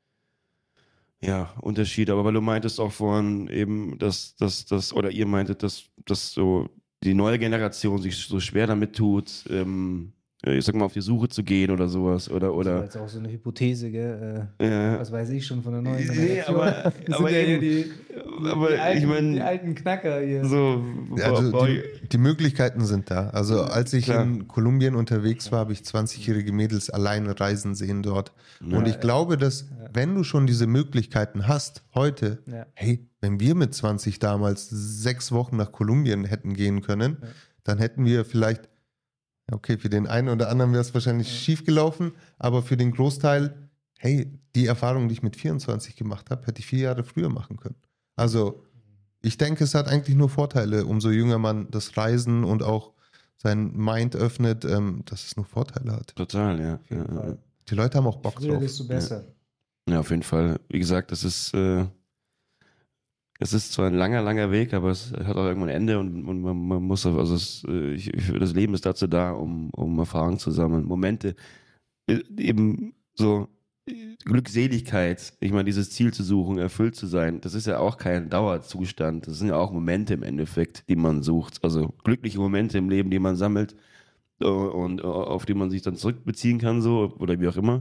Speaker 1: ja, Unterschied, aber weil du meintest auch vorhin eben, dass das, das, oder ihr meintet, dass, dass so die neue Generation sich so schwer damit tut, ähm, ich sag mal, auf die Suche zu gehen oder sowas, oder,
Speaker 2: Das war
Speaker 1: oder.
Speaker 2: jetzt auch so eine Hypothese, gell? Äh,
Speaker 1: Ja.
Speaker 2: Was weiß ich schon von der neuen
Speaker 1: Nee,
Speaker 2: Generation.
Speaker 1: aber-
Speaker 2: Das sind
Speaker 1: aber
Speaker 2: ja hier
Speaker 1: eben-
Speaker 2: die, die,
Speaker 1: aber
Speaker 2: die, alten,
Speaker 1: ich mein-
Speaker 2: die alten Knacker hier.
Speaker 1: So,
Speaker 3: Ja, also
Speaker 1: boah,
Speaker 3: die, die Möglichkeiten sind da. Also als ich
Speaker 1: Klar.
Speaker 3: in Kolumbien unterwegs war, habe ich zwanzigjährige Mädels alleine reisen sehen dort.
Speaker 1: Ja.
Speaker 3: Und ich glaube, dass wenn du schon diese Möglichkeiten hast, heute,
Speaker 2: Ja.
Speaker 3: hey, wenn wir mit zwanzig damals sechs Wochen nach Kolumbien hätten gehen können,
Speaker 2: Ja.
Speaker 3: dann hätten wir vielleicht, ja, okay, für den einen oder anderen wäre es wahrscheinlich schief gelaufen, aber für den Großteil, hey, die Erfahrung, die ich mit vierundzwanzig gemacht habe, hätte ich vier Jahre früher machen können. Also ich denke, es hat eigentlich nur Vorteile, umso jünger man das Reisen und auch sein Mind öffnet, ähm, dass es nur Vorteile hat.
Speaker 1: Total, ja.
Speaker 2: Auf jeden
Speaker 1: ja,
Speaker 2: Fall.
Speaker 3: Die Leute haben auch Bock
Speaker 2: Früher,
Speaker 3: drauf.
Speaker 2: desto besser.
Speaker 1: Ja, auf jeden Fall. Wie gesagt, das ist, äh, es ist zwar ein langer, langer Weg, aber es hat auch irgendwann ein Ende und, und man, man muss, also es, äh, ich, ich, das Leben ist dazu da, um, um Erfahrungen zu sammeln, Momente, äh, eben so äh, Glückseligkeit, ich meine, dieses Ziel zu suchen, erfüllt zu sein, das ist ja auch kein Dauerzustand, das sind ja auch Momente im Endeffekt, die man sucht, also glückliche Momente im Leben, die man sammelt äh, und äh, auf die man sich dann zurückbeziehen kann, so, oder wie auch immer.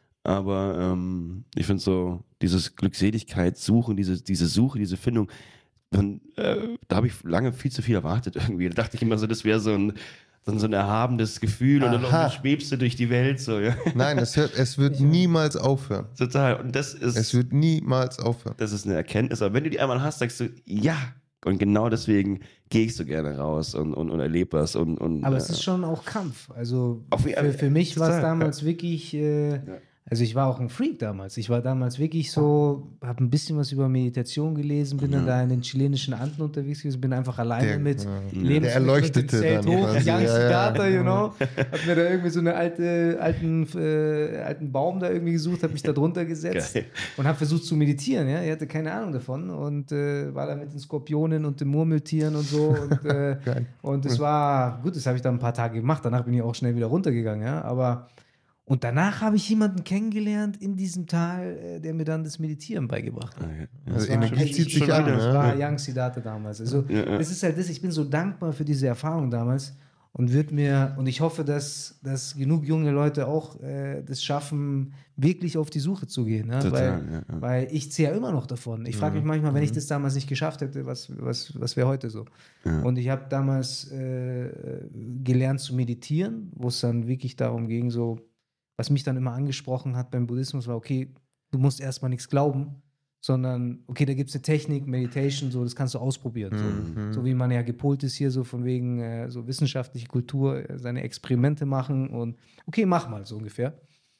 Speaker 1: Aber ähm, ich finde so, dieses Glückseligkeit suchen, diese, diese Suche, diese Findung, dann, äh, da habe ich lange viel zu viel erwartet irgendwie. Da dachte ich immer so, das wäre so ein, so ein, so ein erhabendes Gefühl und dann
Speaker 3: Aha.
Speaker 1: noch schwebst du durch die Welt. So, ja.
Speaker 3: Nein, es, hört, es wird niemals aufhören.
Speaker 1: Total. Und das ist,
Speaker 3: Es wird niemals aufhören.
Speaker 1: das ist eine Erkenntnis. Aber wenn du die einmal hast, sagst du, ja. Und genau deswegen gehe ich so gerne raus und, und, und erlebe was. Und, und,
Speaker 2: Aber
Speaker 1: äh,
Speaker 2: es ist schon auch Kampf. Also
Speaker 1: Auf-
Speaker 2: für, für mich war es
Speaker 1: total,
Speaker 2: damals wirklich, äh, also ich war auch ein Freak damals. Ich war damals wirklich so, habe ein bisschen was über Meditation gelesen, bin dann da in den chilenischen Anden unterwegs gewesen, bin einfach alleine
Speaker 3: Der-
Speaker 2: mit
Speaker 3: ja.
Speaker 2: Lebensmitteln
Speaker 3: Der erleuchtete
Speaker 2: mit dem Zelt
Speaker 3: dann
Speaker 2: hoch,
Speaker 3: quasi,
Speaker 2: Young
Speaker 3: ja, ja.
Speaker 2: Siddhartha, you know. Hab mir da irgendwie so einen alte, alten, äh, alten Baum da irgendwie gesucht, habe mich da drunter gesetzt
Speaker 1: Geil.
Speaker 2: und habe versucht zu meditieren. Ja, ich hatte keine Ahnung davon und äh, war da mit den Skorpionen und den Murmeltieren und so und äh,
Speaker 3: Geil.
Speaker 2: und es war, gut, das habe ich dann ein paar Tage gemacht, danach bin ich auch schnell wieder runtergegangen, ja, aber und danach habe ich jemanden kennengelernt in diesem Tal, äh, der mir dann das Meditieren beigebracht hat.
Speaker 1: ja,
Speaker 3: Also
Speaker 2: war
Speaker 3: Energie
Speaker 2: echt
Speaker 3: zieht sich
Speaker 1: schon
Speaker 3: an.
Speaker 1: wieder.
Speaker 2: Das
Speaker 3: Ne?
Speaker 2: war Young Siddhartha damals. Also
Speaker 1: Ja, ja.
Speaker 2: das ist halt das, ich bin so dankbar für diese Erfahrung damals und wird mir, und ich hoffe, dass, dass genug junge Leute auch äh, das schaffen, wirklich auf die Suche zu gehen. Ne?
Speaker 1: Total,
Speaker 2: weil,
Speaker 1: ja, ja.
Speaker 2: weil ich ziehe ja immer noch davon. Ich frage mich manchmal, wenn ich das damals nicht geschafft hätte, was, was, was wäre heute so?
Speaker 1: Ja.
Speaker 2: Und ich habe damals äh, gelernt zu meditieren, wo es dann wirklich darum ging, so, was mich dann immer angesprochen hat beim Buddhismus, war, okay, du musst erstmal nichts glauben, sondern, okay, da gibt es eine Technik, Meditation, so, das kannst du ausprobieren.
Speaker 3: Mhm.
Speaker 2: So, so wie man ja gepolt ist hier, so von wegen äh, so wissenschaftliche Kultur, äh, seine Experimente machen und, okay, mach mal, so ungefähr.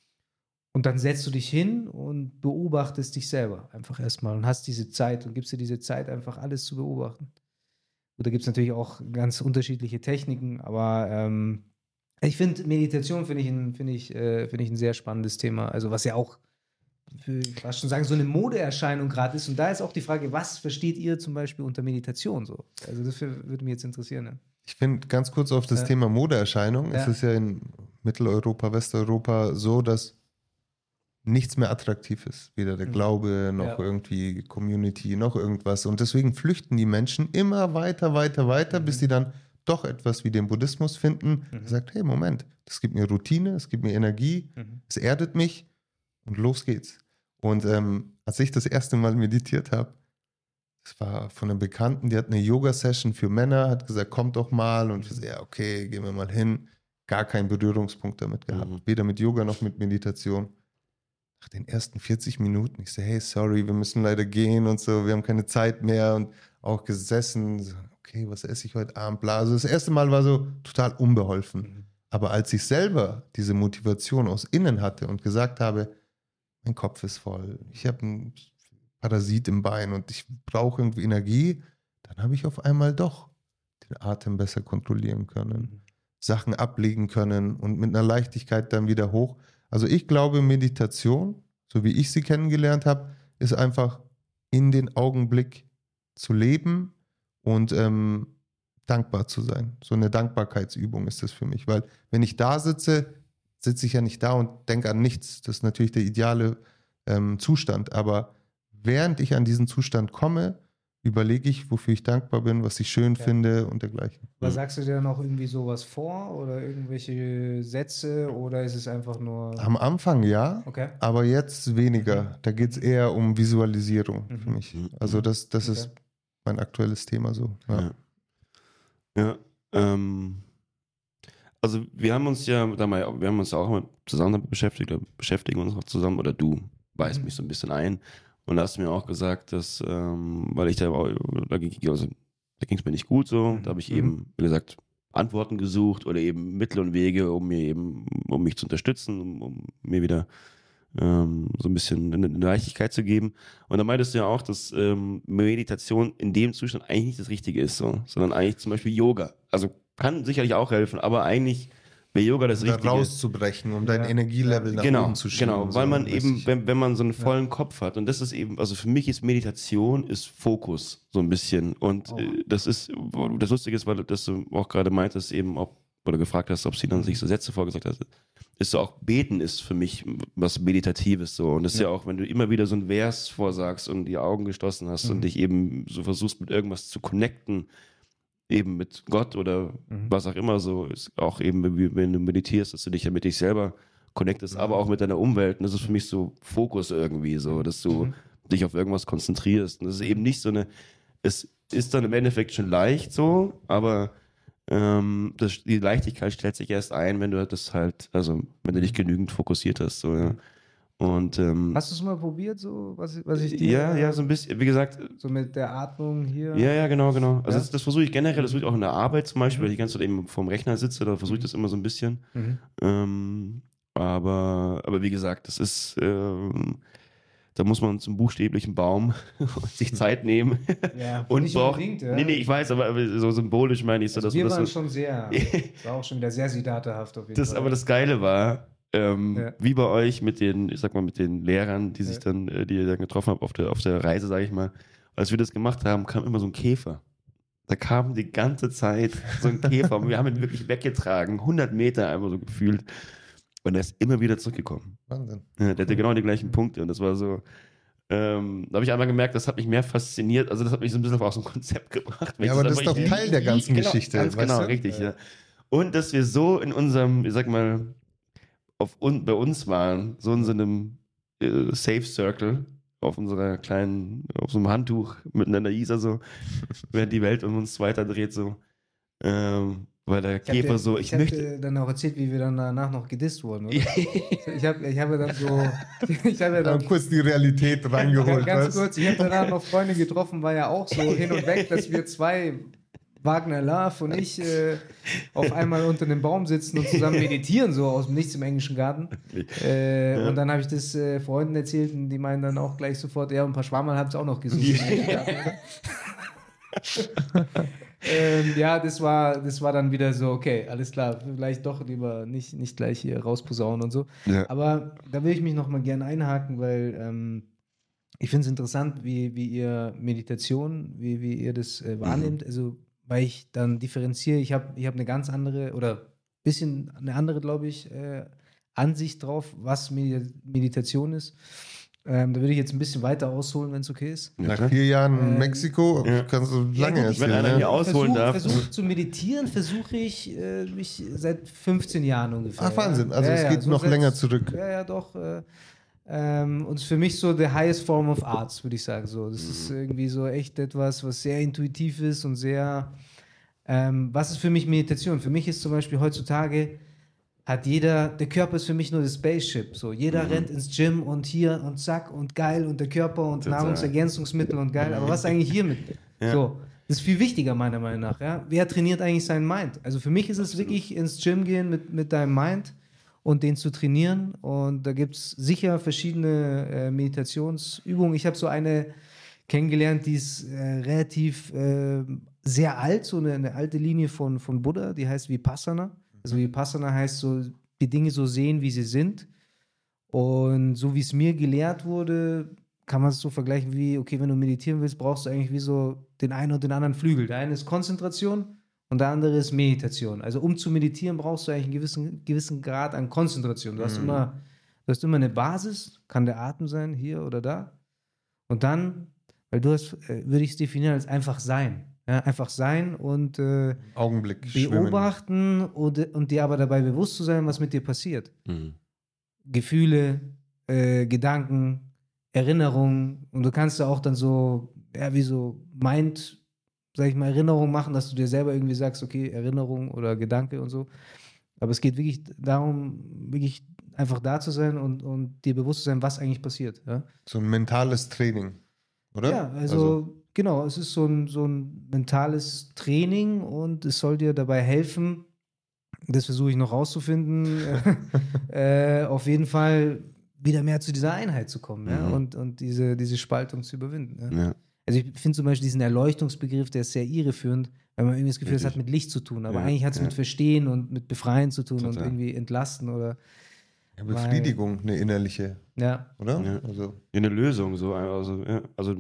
Speaker 2: Und dann setzt du dich hin und beobachtest dich selber einfach erstmal und hast diese Zeit und gibst dir diese Zeit, einfach alles zu beobachten. Und da gibt es natürlich auch ganz unterschiedliche Techniken, aber ähm, ich finde, Meditation finde ich, ein, find ich, äh, find ich ein sehr spannendes Thema. Also was ja auch, für, ich fast schon sagen, so eine Modeerscheinung gerade ist. Und da ist auch die Frage, was versteht ihr zum Beispiel unter Meditation so? Also das für, würde mich jetzt interessieren. Ne?
Speaker 3: Ich finde ganz kurz auf das
Speaker 2: Ja.
Speaker 3: Thema Modeerscheinung.
Speaker 2: Ja.
Speaker 3: Es ist ja in Mitteleuropa, Westeuropa so, dass nichts mehr attraktiv ist. Weder der
Speaker 2: Mhm.
Speaker 3: Glaube, noch
Speaker 2: Ja.
Speaker 3: irgendwie Community, noch irgendwas. Und deswegen flüchten die Menschen immer weiter, weiter, weiter,
Speaker 2: Mhm.
Speaker 3: bis die dann doch etwas wie den Buddhismus finden.
Speaker 2: Mhm.
Speaker 3: Sagt, hey, Moment, das gibt mir Routine, es gibt mir Energie,
Speaker 2: Mhm.
Speaker 3: es erdet mich und los geht's. Und ähm, als ich das erste Mal meditiert habe, das war von einem Bekannten, die hat eine Yoga-Session für Männer, hat gesagt, kommt doch mal. Und ich so, ja, okay, gehen wir mal hin. Gar keinen Berührungspunkt damit gehabt.
Speaker 1: Mhm.
Speaker 3: Weder mit Yoga noch mit Meditation. Nach den ersten vierzig Minuten, ich so, hey, sorry, wir müssen leider gehen und so, wir haben keine Zeit mehr. Und auch gesessen, so, okay, was esse ich heute Abend? Bla. Also das erste Mal war so total unbeholfen.
Speaker 2: Mhm.
Speaker 3: Aber als ich selber diese Motivation aus innen hatte und gesagt habe, mein Kopf ist voll, ich habe einen Parasit im Bein und ich brauche irgendwie Energie, dann habe ich auf einmal doch den Atem besser kontrollieren können,
Speaker 2: Mhm.
Speaker 3: Sachen ablegen können und mit einer Leichtigkeit dann wieder hoch. Also ich glaube, Meditation, so wie ich sie kennengelernt habe, ist einfach in den Augenblick zu leben und ähm, dankbar zu sein. So eine Dankbarkeitsübung ist das für mich, weil wenn ich da sitze, sitze ich ja nicht da und denke an nichts. Das ist natürlich der ideale ähm, Zustand, aber während ich an diesen Zustand komme, überlege ich, wofür ich dankbar bin, was ich schön
Speaker 2: Ja.
Speaker 3: finde und dergleichen.
Speaker 2: Aber sagst du dir dann auch irgendwie sowas vor oder irgendwelche Sätze oder ist es einfach nur.
Speaker 3: Am Anfang ja,
Speaker 2: Okay.
Speaker 3: aber jetzt weniger. Da geht es eher um Visualisierung für
Speaker 2: Mhm.
Speaker 3: mich. Also das, das
Speaker 2: Okay.
Speaker 3: ist mein aktuelles Thema so. Ja.
Speaker 1: Ja. Ja, ähm, also wir haben uns ja, da mal, wir haben uns ja auch mal zusammen damit beschäftigt, oder beschäftigen uns auch zusammen, oder du weist
Speaker 2: Mhm.
Speaker 1: mich so ein bisschen ein und hast mir auch gesagt, dass, ähm, weil ich da, auch- da ging also, da ging es mir nicht gut so, da habe ich
Speaker 3: Mhm.
Speaker 1: eben, wie gesagt, Antworten gesucht oder eben Mittel und Wege, um mir eben, um mich zu unterstützen, um, um mir wieder ähm, so ein bisschen eine, eine Leichtigkeit zu geben. Und da meintest du ja auch, dass ähm, Meditation in dem Zustand eigentlich nicht das Richtige ist, so, sondern eigentlich zum Beispiel Yoga. Also kann sicherlich auch helfen, aber eigentlich wäre Yoga das
Speaker 3: Um da
Speaker 1: Richtige.
Speaker 3: rauszubrechen, um dein
Speaker 2: Ja.
Speaker 3: Energielevel nach
Speaker 1: Genau,
Speaker 3: oben zu schieben.
Speaker 1: genau, weil
Speaker 3: so
Speaker 1: man eben,
Speaker 3: mäßig.
Speaker 1: wenn, wenn man so einen vollen Kopf hat, und das ist eben, also für mich ist Meditation, ist Fokus, so ein bisschen. Und
Speaker 2: Auch.
Speaker 1: äh, das ist, das Lustige ist, weil du das du auch gerade meintest, eben, ob, oder gefragt hast, ob sie dann
Speaker 2: Mhm.
Speaker 1: sich so Sätze vorgesagt hat, ist so auch Beten ist für mich was Meditatives so. Und das ist ja.
Speaker 2: Ja.
Speaker 1: auch, wenn du immer wieder so ein Vers vorsagst und die Augen geschlossen hast
Speaker 2: Mhm.
Speaker 1: und dich eben so versuchst mit irgendwas zu connecten, eben mit Gott oder
Speaker 2: Mhm.
Speaker 1: was auch immer so, ist auch eben, wie, wenn du meditierst, dass du dich ja mit dich selber connectest, aber auch mit deiner Umwelt. Und das ist für mich so Fokus irgendwie, so, dass du
Speaker 2: Mhm.
Speaker 1: dich auf irgendwas konzentrierst. Und das ist eben nicht so eine, es ist dann im Endeffekt schon leicht so, aber ähm, das, die Leichtigkeit stellt sich erst ein, wenn du das halt, also wenn du dich genügend fokussiert hast. So, ja. Und ähm,
Speaker 2: Hast du es mal probiert, so, was, was ich dir.
Speaker 1: ja, ja, so ein bisschen, wie gesagt,
Speaker 2: So mit der Atmung hier.
Speaker 1: ja, ja, genau, genau. Also
Speaker 2: Ja?
Speaker 1: das, das versuche ich generell, das versuche ich auch in der Arbeit zum Beispiel,
Speaker 2: Mhm.
Speaker 1: weil ich ganz Zeit eben vorm Rechner sitze, da versuche ich das immer so ein bisschen.
Speaker 2: Mhm.
Speaker 1: Ähm, aber, aber wie gesagt, das ist, ähm, da muss man zum buchstäblichen Baum und sich Zeit nehmen.
Speaker 2: Ja,
Speaker 1: Und
Speaker 2: nicht
Speaker 1: braucht,
Speaker 2: unbedingt, ja.
Speaker 1: nee, nee, ich weiß, aber, aber so symbolisch meine ich so,
Speaker 2: Also
Speaker 1: dass
Speaker 2: wir
Speaker 1: man
Speaker 2: waren
Speaker 1: das so,
Speaker 2: schon sehr, das war auch schon wieder sehr siddharthaft auf jeden
Speaker 1: das,
Speaker 2: Fall.
Speaker 1: aber das Geile war, ähm,
Speaker 2: Ja.
Speaker 1: wie bei euch mit den, ich sag mal, mit den Lehrern, die sich
Speaker 2: Ja.
Speaker 1: dann, äh, die ihr dann getroffen habt auf der, auf der Reise, sage ich mal, als wir das gemacht haben, kam immer so ein Käfer. Da kam die ganze Zeit so ein Käfer und wir haben ihn wirklich weggetragen, hundert Meter einmal so gefühlt. Und er ist immer wieder zurückgekommen.
Speaker 3: Wahnsinn.
Speaker 1: Ja, der hatte genau die gleichen Punkte und das war so, ähm, da habe ich einmal gemerkt, das hat mich mehr fasziniert, also das hat mich so ein bisschen auf so ein Konzept gebracht.
Speaker 3: Ja, aber das ist
Speaker 1: einfach-
Speaker 3: doch
Speaker 1: ich-
Speaker 3: Teil der ganzen
Speaker 1: genau,
Speaker 3: Geschichte,
Speaker 1: Ganz
Speaker 3: weißt
Speaker 1: genau,
Speaker 3: du?
Speaker 1: richtig,
Speaker 2: Ja.
Speaker 1: ja. Und dass wir so in unserem, ich sag mal, auf un, bei uns waren, so in so einem äh, Safe Circle, auf unserer kleinen, auf so einem Handtuch mitten in der Isar so, während die Welt um uns weiter dreht, so. Ähm, weil der
Speaker 2: Ich hab
Speaker 1: Käfer
Speaker 2: dir,
Speaker 1: so,
Speaker 2: ich
Speaker 1: ich,
Speaker 2: hab
Speaker 1: möchte.
Speaker 2: dir dann auch erzählt, wie wir dann danach noch gedisst wurden, oder? ich habe ich hab ja dann so, ich habe ja
Speaker 3: Dann
Speaker 2: dann,
Speaker 3: kurz die Realität reingeholt.
Speaker 2: ganz
Speaker 3: weißt?
Speaker 2: kurz, ich habe danach noch Freunde getroffen, war ja auch so hin und weg, dass wir zwei, Wagner Love und ich, äh, auf einmal unter einem Baum sitzen und zusammen meditieren, so aus dem Nichts im englischen Garten. Äh,
Speaker 1: Ja.
Speaker 2: Und dann habe ich das äh, Freunden erzählt und die meinen dann auch gleich sofort, ja, ein paar Schwammerl habt ihr auch noch gesucht. im englischen Garten, oder? ähm, ja, das war, das war dann wieder so, okay, alles klar, vielleicht doch lieber nicht, nicht gleich hier rausposaunen und so.
Speaker 1: Ja.
Speaker 2: Aber da will ich mich nochmal gerne einhaken, weil ähm, ich finde es interessant, wie, wie ihr Meditation, wie, wie ihr das äh, wahrnehmt. Also, weil ich dann differenziere, ich habe ich hab eine ganz andere oder ein bisschen eine andere, glaube ich, äh, Ansicht drauf, was Medi Meditation ist. Ähm, da würde ich jetzt ein bisschen weiter ausholen, wenn es okay ist.
Speaker 1: Ja,
Speaker 3: Nach
Speaker 1: klar.
Speaker 3: vier Jahren
Speaker 2: Ähm,
Speaker 3: Mexiko
Speaker 1: ja.
Speaker 3: kannst du
Speaker 2: Ja,
Speaker 3: lange
Speaker 2: gut, ich-
Speaker 1: Wenn
Speaker 3: erzählen.
Speaker 1: einer
Speaker 3: ne?
Speaker 1: hier ausholen darf.
Speaker 2: Versuch zu meditieren, versuche ich äh, mich seit fünfzehn Jahren ungefähr.
Speaker 3: Ach, Wahnsinn.
Speaker 2: Ja.
Speaker 3: Also
Speaker 2: Ja,
Speaker 3: es
Speaker 2: ja,
Speaker 3: geht
Speaker 2: so
Speaker 3: noch
Speaker 2: seit-
Speaker 3: länger zurück.
Speaker 2: Ja, ja, doch. Äh, ähm, und ist für mich so the highest form of arts, würde ich sagen. So. Das ist irgendwie so echt etwas, was sehr intuitiv ist und sehr. Ähm, was ist für mich Meditation? Für mich ist zum Beispiel heutzutage hat jeder, der Körper ist für mich nur das Spaceship. So, jeder rennt ins Gym und hier und zack und geil und der Körper und
Speaker 1: Total.
Speaker 2: Nahrungsergänzungsmittel und geil. Aber was ist eigentlich hiermit?
Speaker 1: Ja.
Speaker 2: So, das ist viel wichtiger meiner Meinung nach. Ja? Wer trainiert eigentlich seinen Mind? Also für mich ist es wirklich ins Gym gehen mit, mit deinem Mind und den zu trainieren. Und da gibt es sicher verschiedene äh, Meditationsübungen. Ich habe so eine kennengelernt, die ist äh, relativ äh, sehr alt, so eine, eine alte Linie von, von Buddha, die heißt Vipassana. Also Vipassana heißt so, die Dinge so sehen, wie sie sind. Und so wie es mir gelehrt wurde, kann man es so vergleichen wie, okay, wenn du meditieren willst, brauchst du eigentlich wie so den einen und den anderen Flügel. Der eine ist Konzentration und der andere ist Meditation. Also um zu meditieren, brauchst du eigentlich einen gewissen, gewissen Grad an Konzentration. Du hast,
Speaker 3: Mhm.
Speaker 2: immer, du hast immer eine Basis, kann der Atem sein, hier oder da. Und dann, weil du hast, äh, würde ich es definieren als einfach sein. Ja, einfach sein und äh,
Speaker 3: Augenblick schwimmen.
Speaker 2: beobachten und, und dir aber dabei bewusst zu sein, was mit dir passiert.
Speaker 1: Mhm.
Speaker 2: Gefühle, äh, Gedanken, Erinnerungen. Und du kannst da auch dann so, ja, wie so Mind, sag ich mal, Erinnerungen machen, dass du dir selber irgendwie sagst, okay, Erinnerung oder Gedanke und so. Aber es geht wirklich darum, wirklich einfach da zu sein und, und dir bewusst zu sein, was eigentlich passiert. Ja,
Speaker 3: So ein mentales Training, oder?
Speaker 2: ja also, genau, es ist so ein, so ein mentales Training und es soll dir dabei helfen, das versuche ich noch rauszufinden, äh, auf jeden Fall wieder mehr zu dieser Einheit zu kommen, ja,
Speaker 1: Mhm.
Speaker 2: und, und diese, diese Spaltung zu überwinden. Ja.
Speaker 1: Ja.
Speaker 2: Also ich finde zum Beispiel diesen Erleuchtungsbegriff, der ist sehr irreführend, weil man irgendwie das Gefühl hat, es hat
Speaker 1: Richtig.
Speaker 2: mit Licht zu tun, aber
Speaker 1: Ja,
Speaker 2: eigentlich hat es
Speaker 1: ja.
Speaker 2: mit Verstehen und mit Befreien zu tun und
Speaker 1: Total.
Speaker 2: irgendwie Entlasten oder,
Speaker 3: Ja, Befriedigung, eine innerliche,
Speaker 2: ja.
Speaker 3: oder?
Speaker 1: Ja.
Speaker 3: Also,
Speaker 1: Eine Lösung, so, also, ja, also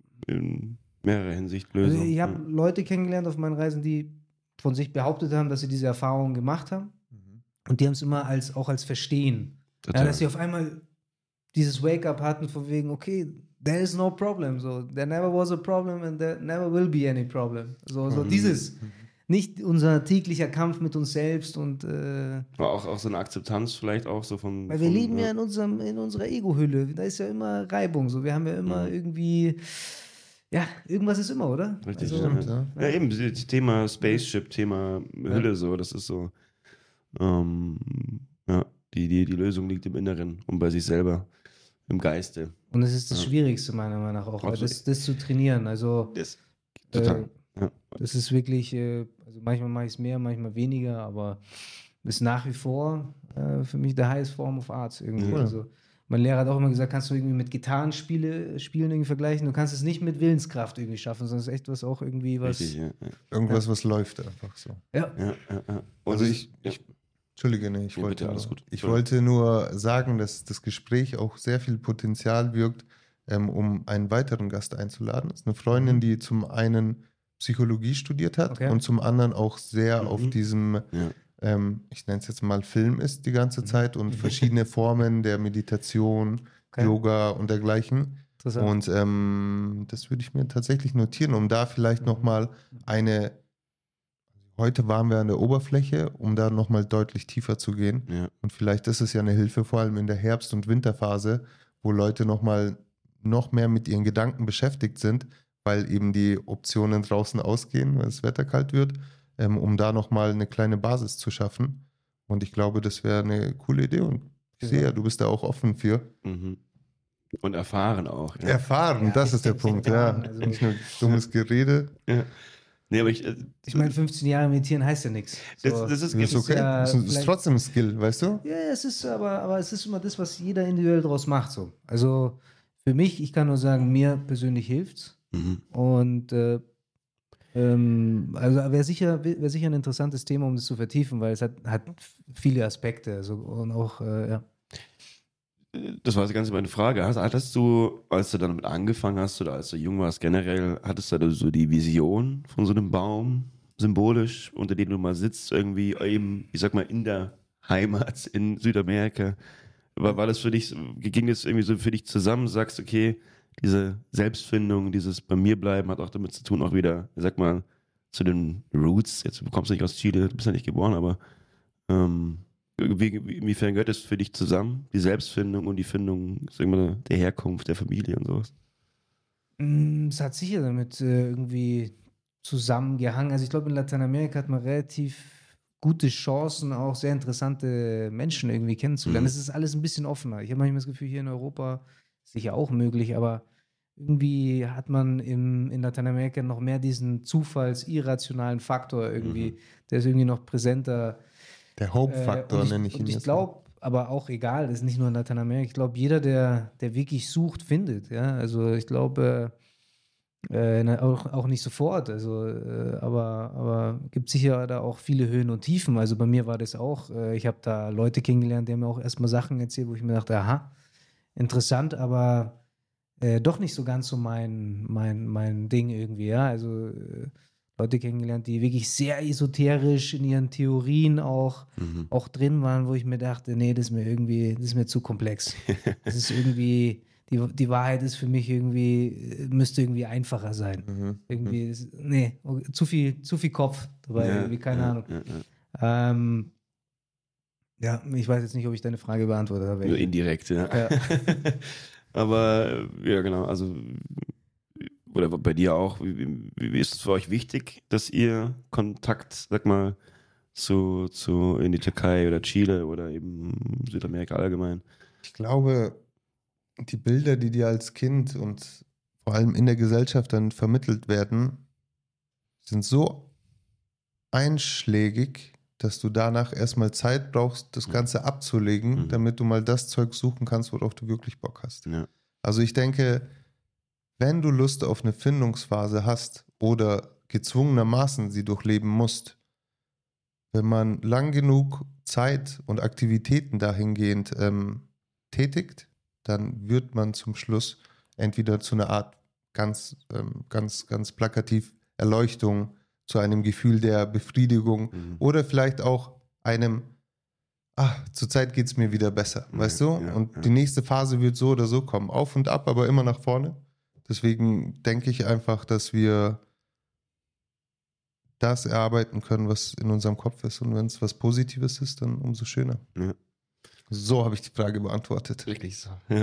Speaker 1: in mehrerer Hinsicht Lösung.
Speaker 2: Also ich habe
Speaker 1: ja.
Speaker 2: Leute kennengelernt auf meinen Reisen, die von sich behauptet haben, dass sie diese Erfahrungen gemacht haben
Speaker 3: mhm.
Speaker 2: und die haben es immer als, auch als Verstehen. Ja,
Speaker 1: Total.
Speaker 2: dass sie auf einmal dieses Wake-up hatten von wegen, okay, there is no problem, so, there never was a problem and there never will be any problem. So, so
Speaker 1: Mhm.
Speaker 2: dieses, nicht unser täglicher Kampf mit uns selbst und äh,
Speaker 1: Aber auch, auch so eine Akzeptanz vielleicht auch so von.
Speaker 2: weil wir
Speaker 1: von,
Speaker 2: leben ja in, unserem, in unserer Ego-Hülle, da ist ja immer Reibung, so, wir haben ja immer
Speaker 1: Mhm.
Speaker 2: irgendwie, ja, irgendwas ist immer, oder?
Speaker 1: Richtig,
Speaker 2: Also,
Speaker 3: stimmt,
Speaker 1: ja.
Speaker 3: ja.
Speaker 1: Ja, eben, das Thema Spaceship, Thema Hülle, so, das ist so, ähm, ja, die, die, die Lösung liegt im Inneren und bei sich selber, im Geiste.
Speaker 2: Und das ist das
Speaker 1: Ja.
Speaker 2: Schwierigste, meiner Meinung nach auch, weil
Speaker 1: Absolut.
Speaker 2: das, das zu trainieren. Also,
Speaker 1: Das, total.
Speaker 2: Äh,
Speaker 1: ja.
Speaker 2: das ist wirklich, äh, also manchmal mache ich es mehr, manchmal weniger, aber ist nach wie vor äh, für mich the highest form of art irgendwie.
Speaker 3: Cool.
Speaker 2: Also, mein Lehrer hat auch immer gesagt, kannst du irgendwie mit Gitarrenspiele spielen irgendwie vergleichen. Du kannst es nicht mit Willenskraft irgendwie schaffen, sondern es ist echt was auch irgendwie was.
Speaker 1: Richtig, ja. ja.
Speaker 3: Irgendwas, was läuft einfach so.
Speaker 2: Ja.
Speaker 1: ja, ja, ja. Und
Speaker 3: Also
Speaker 1: es-
Speaker 3: ich,
Speaker 1: ja.
Speaker 3: ich Entschuldige, nee, ich,
Speaker 1: Ja,
Speaker 3: wollte,
Speaker 1: bitte, alles
Speaker 3: nur,
Speaker 1: gut.
Speaker 3: ich
Speaker 1: Sorry.
Speaker 3: wollte nur sagen, dass das Gespräch auch sehr viel Potenzial wirkt, ähm, um einen weiteren Gast einzuladen. Das ist eine Freundin,
Speaker 2: Mhm.
Speaker 3: die zum einen Psychologie studiert hat
Speaker 2: Okay.
Speaker 3: und zum anderen auch sehr
Speaker 1: Mhm.
Speaker 3: auf diesem,
Speaker 1: Ja.
Speaker 3: ähm, ich nenne es jetzt mal Film ist die ganze
Speaker 2: Mhm.
Speaker 3: Zeit und verschiedene Formen der Meditation,
Speaker 2: Okay.
Speaker 3: Yoga und dergleichen.
Speaker 2: Interessant.
Speaker 3: Und ähm, das würde ich mir tatsächlich notieren, um da vielleicht
Speaker 2: Mhm.
Speaker 3: nochmal eine, heute waren wir an der Oberfläche, um da nochmal deutlich tiefer zu gehen.
Speaker 1: Ja.
Speaker 3: Und vielleicht ist es ja eine Hilfe, vor allem in der Herbst- und Winterphase, wo Leute nochmal noch mehr mit ihren Gedanken beschäftigt sind, weil eben die Optionen draußen ausgehen, weil das Wetter kalt wird, ähm, um da nochmal eine kleine Basis zu schaffen. Und ich glaube, das wäre eine coole Idee. Und ich
Speaker 2: Ja.
Speaker 3: sehe ja, du bist da auch offen für.
Speaker 1: Mhm. Und erfahren auch. Ja.
Speaker 3: Erfahren,
Speaker 2: Ja,
Speaker 3: das
Speaker 2: ich
Speaker 3: ist der
Speaker 2: denke,
Speaker 3: Punkt,
Speaker 2: erfahren,
Speaker 3: ja.
Speaker 2: also-
Speaker 3: Nicht nur dummes Gerede.
Speaker 1: Ja. Nee, aber ich. äh,
Speaker 2: Ich meine, fünfzehn Jahre meditieren heißt ja nichts.
Speaker 1: das,
Speaker 2: So.
Speaker 1: das ist,
Speaker 3: Das ist okay.
Speaker 2: ja
Speaker 3: Das ist, ist
Speaker 2: vielleicht-
Speaker 3: trotzdem ein Skill, weißt du?
Speaker 2: Ja, es ist aber, aber es ist immer das, was jeder individuell daraus macht. So. Also für mich, ich kann nur sagen, mir persönlich hilft's.
Speaker 1: Mhm.
Speaker 2: Und äh, ähm, also wäre sicher, wär sicher ein interessantes Thema, um das zu vertiefen, weil es hat, hat viele Aspekte. Also, und auch, äh, ja.
Speaker 1: Das war die ganze meine Frage. Hast, hattest du, als du damit angefangen hast oder als du jung warst generell, hattest du da so die Vision von so einem Baum, symbolisch, unter dem du mal sitzt, irgendwie eben, ich sag mal, in der Heimat in Südamerika? War, war das für dich, ging das irgendwie so für dich zusammen, sagst, okay, diese Selbstfindung, dieses bei mir bleiben hat auch damit zu tun, auch wieder, ich sag mal, zu den Roots, jetzt du kommst nicht aus Chile, du bist ja nicht geboren, aber ähm, wie, inwiefern gehört das für dich zusammen, die Selbstfindung und die Findung, sag mal, der Herkunft, der Familie und sowas?
Speaker 2: Mm, Es hat sicher damit äh, irgendwie zusammengehangen. Also ich glaube, in Lateinamerika hat man relativ gute Chancen, auch sehr interessante Menschen irgendwie kennenzulernen.
Speaker 1: Mhm.
Speaker 2: Es ist alles ein bisschen offener. Ich habe manchmal das Gefühl, hier in Europa ist sicher auch möglich, aber irgendwie hat man im, in Lateinamerika noch mehr diesen zufalls-irrationalen Faktor irgendwie,
Speaker 1: Mhm.
Speaker 2: der ist irgendwie noch präsenter.
Speaker 3: Der Hope-Faktor
Speaker 2: Äh, und
Speaker 3: nenne
Speaker 2: ich,
Speaker 3: ich ihn
Speaker 2: und ich
Speaker 3: jetzt.
Speaker 2: glaube, aber auch egal, das ist nicht nur in Lateinamerika. Ich glaube, jeder, der, der wirklich sucht, findet. Ja, also ich glaube, äh, na, auch, auch nicht sofort. Also, äh, aber aber gibt sicher da auch viele Höhen und Tiefen. Also bei mir war das auch. Äh, ich habe da Leute kennengelernt, die haben mir auch erstmal Sachen erzählt, wo ich mir dachte, aha, interessant, aber äh, doch nicht so ganz so mein, mein, mein Ding irgendwie, ja. Also äh, Leute kennengelernt, die wirklich sehr esoterisch in ihren Theorien auch,
Speaker 1: Mhm.
Speaker 2: auch drin waren, wo ich mir dachte, nee, das ist mir irgendwie, das ist mir zu komplex. Das ist irgendwie, die, die Wahrheit ist für mich irgendwie, äh, müsste irgendwie einfacher sein.
Speaker 3: Mhm.
Speaker 2: Irgendwie, ist, nee, zu viel, zu viel Kopf dabei,
Speaker 1: Ja,
Speaker 2: irgendwie, keine
Speaker 1: ja,
Speaker 2: Ahnung.
Speaker 1: ja, ja.
Speaker 2: Ähm, ja, ich weiß jetzt nicht, ob ich deine Frage beantwortet habe.
Speaker 1: Nur indirekt, ja.
Speaker 2: Ja.
Speaker 1: Aber äh, ja, genau, also oder bei dir auch, wie, wie, wie ist es für euch wichtig, dass ihr Kontakt, sag mal, zu, zu in die Türkei oder Chile oder eben Südamerika allgemein?
Speaker 3: Ich glaube, die Bilder, die dir als Kind und vor allem in der Gesellschaft dann vermittelt werden, sind so einschlägig, dass du danach erstmal Zeit brauchst, das Ganze abzulegen,
Speaker 1: Mhm.
Speaker 3: damit du mal das Zeug suchen kannst, worauf du wirklich Bock hast.
Speaker 1: Ja.
Speaker 3: Also ich denke, wenn du Lust auf eine Findungsphase hast oder gezwungenermaßen sie durchleben musst, wenn man lang genug Zeit und Aktivitäten dahingehend ähm, tätigt, dann wird man zum Schluss entweder zu einer Art ganz, ähm, ganz, ganz plakativ Erleuchtung, zu einem Gefühl der Befriedigung
Speaker 1: Mhm.
Speaker 3: oder vielleicht auch einem, ah, zurzeit geht es mir wieder besser,
Speaker 1: Ja,
Speaker 3: weißt du?
Speaker 1: ja,
Speaker 3: und
Speaker 1: ja.
Speaker 3: die nächste Phase wird so oder so kommen, auf und ab, aber immer nach vorne. Deswegen denke ich einfach, dass wir das erarbeiten können, was in unserem Kopf ist. Und wenn es was Positives ist, dann umso schöner.
Speaker 1: Ja.
Speaker 3: So habe ich die Frage beantwortet.
Speaker 1: Wirklich so. Ja.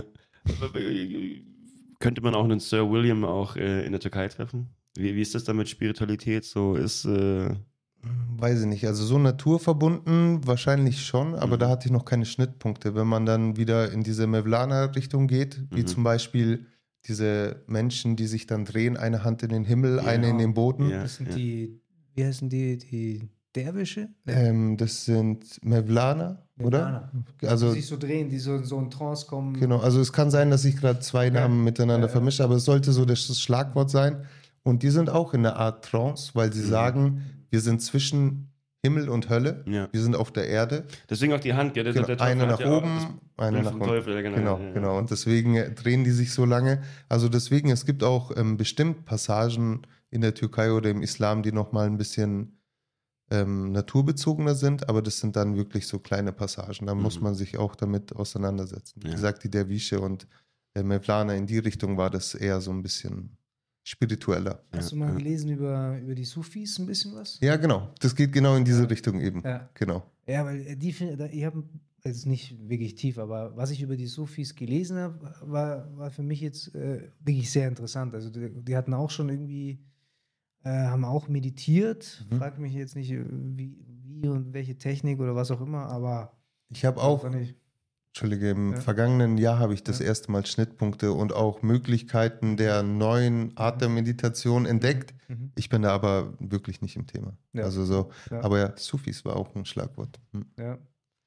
Speaker 1: Könnte man auch einen Sir William auch äh, in der Türkei treffen? Wie, wie ist das da mit Spiritualität? So ist. Äh,
Speaker 3: Weiß ich nicht. Also so naturverbunden wahrscheinlich schon, aber
Speaker 1: Mhm.
Speaker 3: da hatte ich noch keine Schnittpunkte. Wenn man dann wieder in diese Mevlana-Richtung geht, wie
Speaker 1: Mhm.
Speaker 3: zum Beispiel diese Menschen, die sich dann drehen, eine Hand in den Himmel,
Speaker 1: Ja.
Speaker 3: eine in den Boden.
Speaker 1: Ja.
Speaker 2: Das sind die, wie heißen die, die Derwische?
Speaker 3: Ähm, das sind Mevlana, oder? Also
Speaker 2: die sich so drehen, die so in so einen Trance kommen.
Speaker 3: genau, also es kann sein, dass ich gerade zwei
Speaker 2: Okay.
Speaker 3: Namen miteinander
Speaker 2: Ja, ja.
Speaker 3: vermische, aber es sollte so das Schlagwort sein. Und die sind auch in einer Art Trance, weil sie
Speaker 1: Mhm.
Speaker 3: sagen, wir sind zwischen Himmel und Hölle,
Speaker 1: Ja.
Speaker 3: wir sind auf der Erde.
Speaker 1: Deswegen auch die Hand, gell? Der,
Speaker 3: Genau,
Speaker 1: der Teufel
Speaker 3: eine
Speaker 1: hat
Speaker 3: nach
Speaker 1: ja auch
Speaker 3: oben,
Speaker 1: das
Speaker 3: eine
Speaker 1: Bild
Speaker 3: nach
Speaker 1: vom
Speaker 3: unten.
Speaker 1: Teufel, ja, genau.
Speaker 3: Genau,
Speaker 1: ja, ja.
Speaker 3: genau. Und deswegen äh, drehen die sich so lange. Also deswegen, es gibt auch ähm, bestimmt Passagen in der Türkei oder im Islam, die nochmal ein bisschen ähm, naturbezogener sind, aber das sind dann wirklich so kleine Passagen. Da
Speaker 1: Mhm.
Speaker 3: muss man sich auch damit auseinandersetzen. Wie
Speaker 1: Ja.
Speaker 3: gesagt, die Derwische und der Mevlana, in die Richtung war das eher so ein bisschen spiritueller.
Speaker 2: Hast du
Speaker 1: Ja,
Speaker 2: mal
Speaker 1: ja.
Speaker 2: gelesen über, über die Sufis ein bisschen was?
Speaker 3: Ja, genau. Das geht genau in diese Richtung eben.
Speaker 2: Ja.
Speaker 3: Genau.
Speaker 2: Ja, weil äh, die finde ich habe jetzt nicht wirklich tief, aber was ich über die Sufis gelesen habe, war, war für mich jetzt äh, wirklich sehr interessant. Also die, die hatten auch schon irgendwie, äh, haben auch meditiert.
Speaker 3: Mhm.
Speaker 2: Frag mich jetzt nicht, äh, wie, wie und welche Technik oder was auch immer, aber
Speaker 3: Ich habe auch,
Speaker 2: fand ich,
Speaker 3: Entschuldige, im
Speaker 2: Ja.
Speaker 3: vergangenen Jahr habe ich das
Speaker 2: Ja.
Speaker 3: erste Mal Schnittpunkte und auch Möglichkeiten der neuen Art der Meditation entdeckt.
Speaker 2: mhm.
Speaker 3: Ich bin da aber wirklich nicht im Thema.
Speaker 2: Ja.
Speaker 3: Also so,
Speaker 2: Ja.
Speaker 3: aber ja, Sufis war auch ein Schlagwort. Hm.
Speaker 2: ja.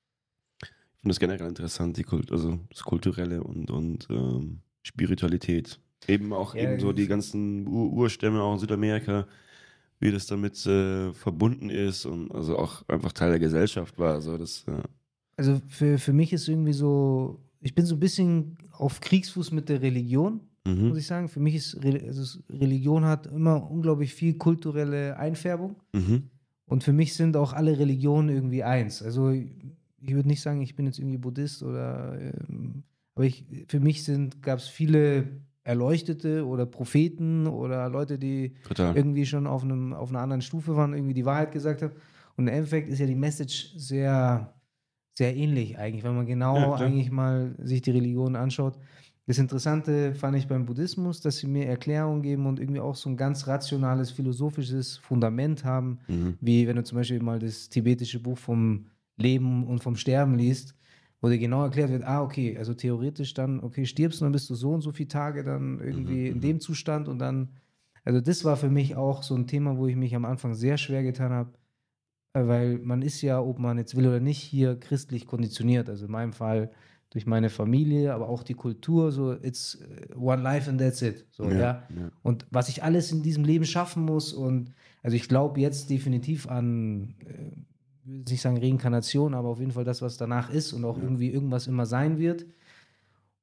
Speaker 1: Ich finde das generell interessant, die Kult, also das Kulturelle und, und ähm, Spiritualität. Eben auch
Speaker 2: Ja,
Speaker 1: eben so die
Speaker 2: ich-
Speaker 1: ganzen Ur Urstämme auch in Südamerika, wie das damit äh, verbunden ist und also auch einfach Teil der Gesellschaft war. Also das, äh,
Speaker 2: Also für, für mich ist irgendwie so, ich bin so ein bisschen auf Kriegsfuß mit der Religion,
Speaker 1: mhm.
Speaker 2: muss ich sagen. Für mich ist Re- also es- Religion hat immer unglaublich viel kulturelle Einfärbung.
Speaker 1: Mhm.
Speaker 2: Und für mich sind auch alle Religionen irgendwie eins. Also ich würde nicht sagen, ich bin jetzt irgendwie Buddhist oder ähm, aber ich, für mich sind, gab es viele Erleuchtete oder Propheten oder Leute, die
Speaker 1: Total.
Speaker 2: irgendwie schon auf, einem, auf einer anderen Stufe waren, irgendwie die Wahrheit gesagt haben. Und im Endeffekt ist ja die Message sehr, sehr ähnlich eigentlich, wenn man genau
Speaker 1: Ja, klar.
Speaker 2: eigentlich mal sich die Religion anschaut. Das Interessante fand ich beim Buddhismus, dass sie mir Erklärungen geben und irgendwie auch so ein ganz rationales, philosophisches Fundament haben,
Speaker 1: Mhm.
Speaker 2: wie wenn du zum Beispiel mal das tibetische Buch vom Leben und vom Sterben liest, wo dir genau erklärt wird, ah, okay, also theoretisch dann, okay, stirbst du, dann bist du so und so viele Tage dann irgendwie
Speaker 1: Mhm,
Speaker 2: in dem Zustand und dann, also das war für mich auch so ein Thema, wo ich mich am Anfang sehr schwer getan habe, äh, weil man ist ja, ob man jetzt will oder nicht, hier christlich konditioniert, also in meinem Fall durch meine Familie, aber auch die Kultur, so it's äh, one life and that's it, so, ja.
Speaker 1: ja.
Speaker 2: Und was ich alles in diesem Leben schaffen muss und also ich glaube jetzt definitiv an, äh, ich will jetzt nicht sagen Reinkarnation, aber auf jeden Fall das, was danach ist und auch
Speaker 1: Ja.
Speaker 2: irgendwie irgendwas immer sein wird.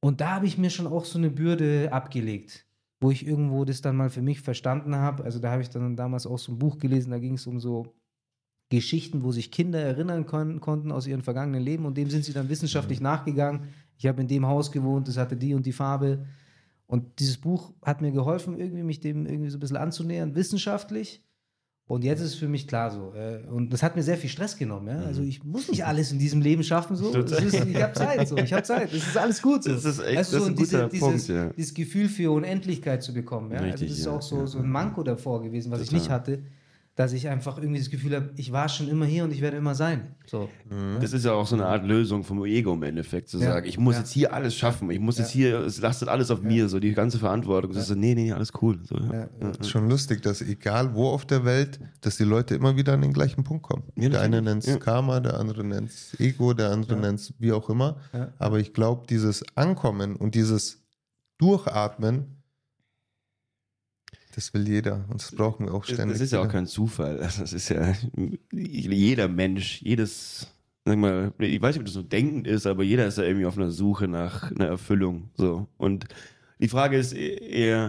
Speaker 2: Und da habe ich mir schon auch so eine Bürde abgelegt, wo ich irgendwo das dann mal für mich verstanden habe. Also da habe ich dann damals auch so ein Buch gelesen, da ging es um so Geschichten, wo sich Kinder erinnern kon- konnten aus ihrem vergangenen Leben und dem sind sie dann wissenschaftlich mhm. nachgegangen. Ich habe in dem Haus gewohnt, das hatte die und die Farbe. Und dieses Buch hat mir geholfen, irgendwie mich dem irgendwie so ein bisschen anzunähern, wissenschaftlich. Und jetzt ist es für mich klar so. Äh, und das hat mir sehr viel Stress genommen. Ja? Also ich muss nicht alles in diesem Leben schaffen. So. Es ist, ich habe Zeit. So. Ich habe Zeit. Es ist alles gut. So.
Speaker 1: Das ist echt
Speaker 2: also
Speaker 1: das
Speaker 2: so
Speaker 1: ist ein
Speaker 2: diese,
Speaker 1: guter
Speaker 2: dieses,
Speaker 1: Punkt. Ja.
Speaker 2: dieses Gefühl für Unendlichkeit zu bekommen. Ja?
Speaker 1: Richtig,
Speaker 2: also das ist
Speaker 1: ja,
Speaker 2: auch so,
Speaker 1: ja,
Speaker 2: so ein Manko davor gewesen, was
Speaker 1: total.
Speaker 2: ich nicht hatte. Dass ich einfach irgendwie das Gefühl habe, ich war schon immer hier und ich werde immer sein. So.
Speaker 1: Das ist ja auch so eine Art Lösung vom Ego im Endeffekt, zu
Speaker 2: Ja.
Speaker 1: sagen, ich muss
Speaker 2: Ja.
Speaker 1: jetzt hier alles schaffen, ich muss
Speaker 2: Ja.
Speaker 1: jetzt hier, es lastet alles auf
Speaker 2: Ja.
Speaker 1: mir, so die ganze Verantwortung. Das
Speaker 2: Ja.
Speaker 1: ist so, nee, nee, alles cool. So, ja.
Speaker 2: Ja.
Speaker 1: Ja.
Speaker 3: Ist schon lustig, dass egal wo auf der Welt, dass die Leute immer wieder an den gleichen Punkt kommen.
Speaker 1: Ja,
Speaker 3: der eine
Speaker 1: natürlich.
Speaker 3: nennt es
Speaker 1: Ja.
Speaker 3: Karma, der andere nennt es Ego, der andere
Speaker 2: Ja.
Speaker 3: nennt es wie auch immer.
Speaker 2: Ja.
Speaker 3: Aber ich glaube, dieses Ankommen und dieses Durchatmen, das will jeder und das brauchen wir auch ständig.
Speaker 1: Das ist ja auch
Speaker 3: wieder.
Speaker 1: kein Zufall. Das ist ja jeder Mensch, jedes, sag mal, ich weiß nicht, ob das so denkend ist, aber jeder ist ja irgendwie auf einer Suche nach einer Erfüllung. So. Und die Frage ist eher,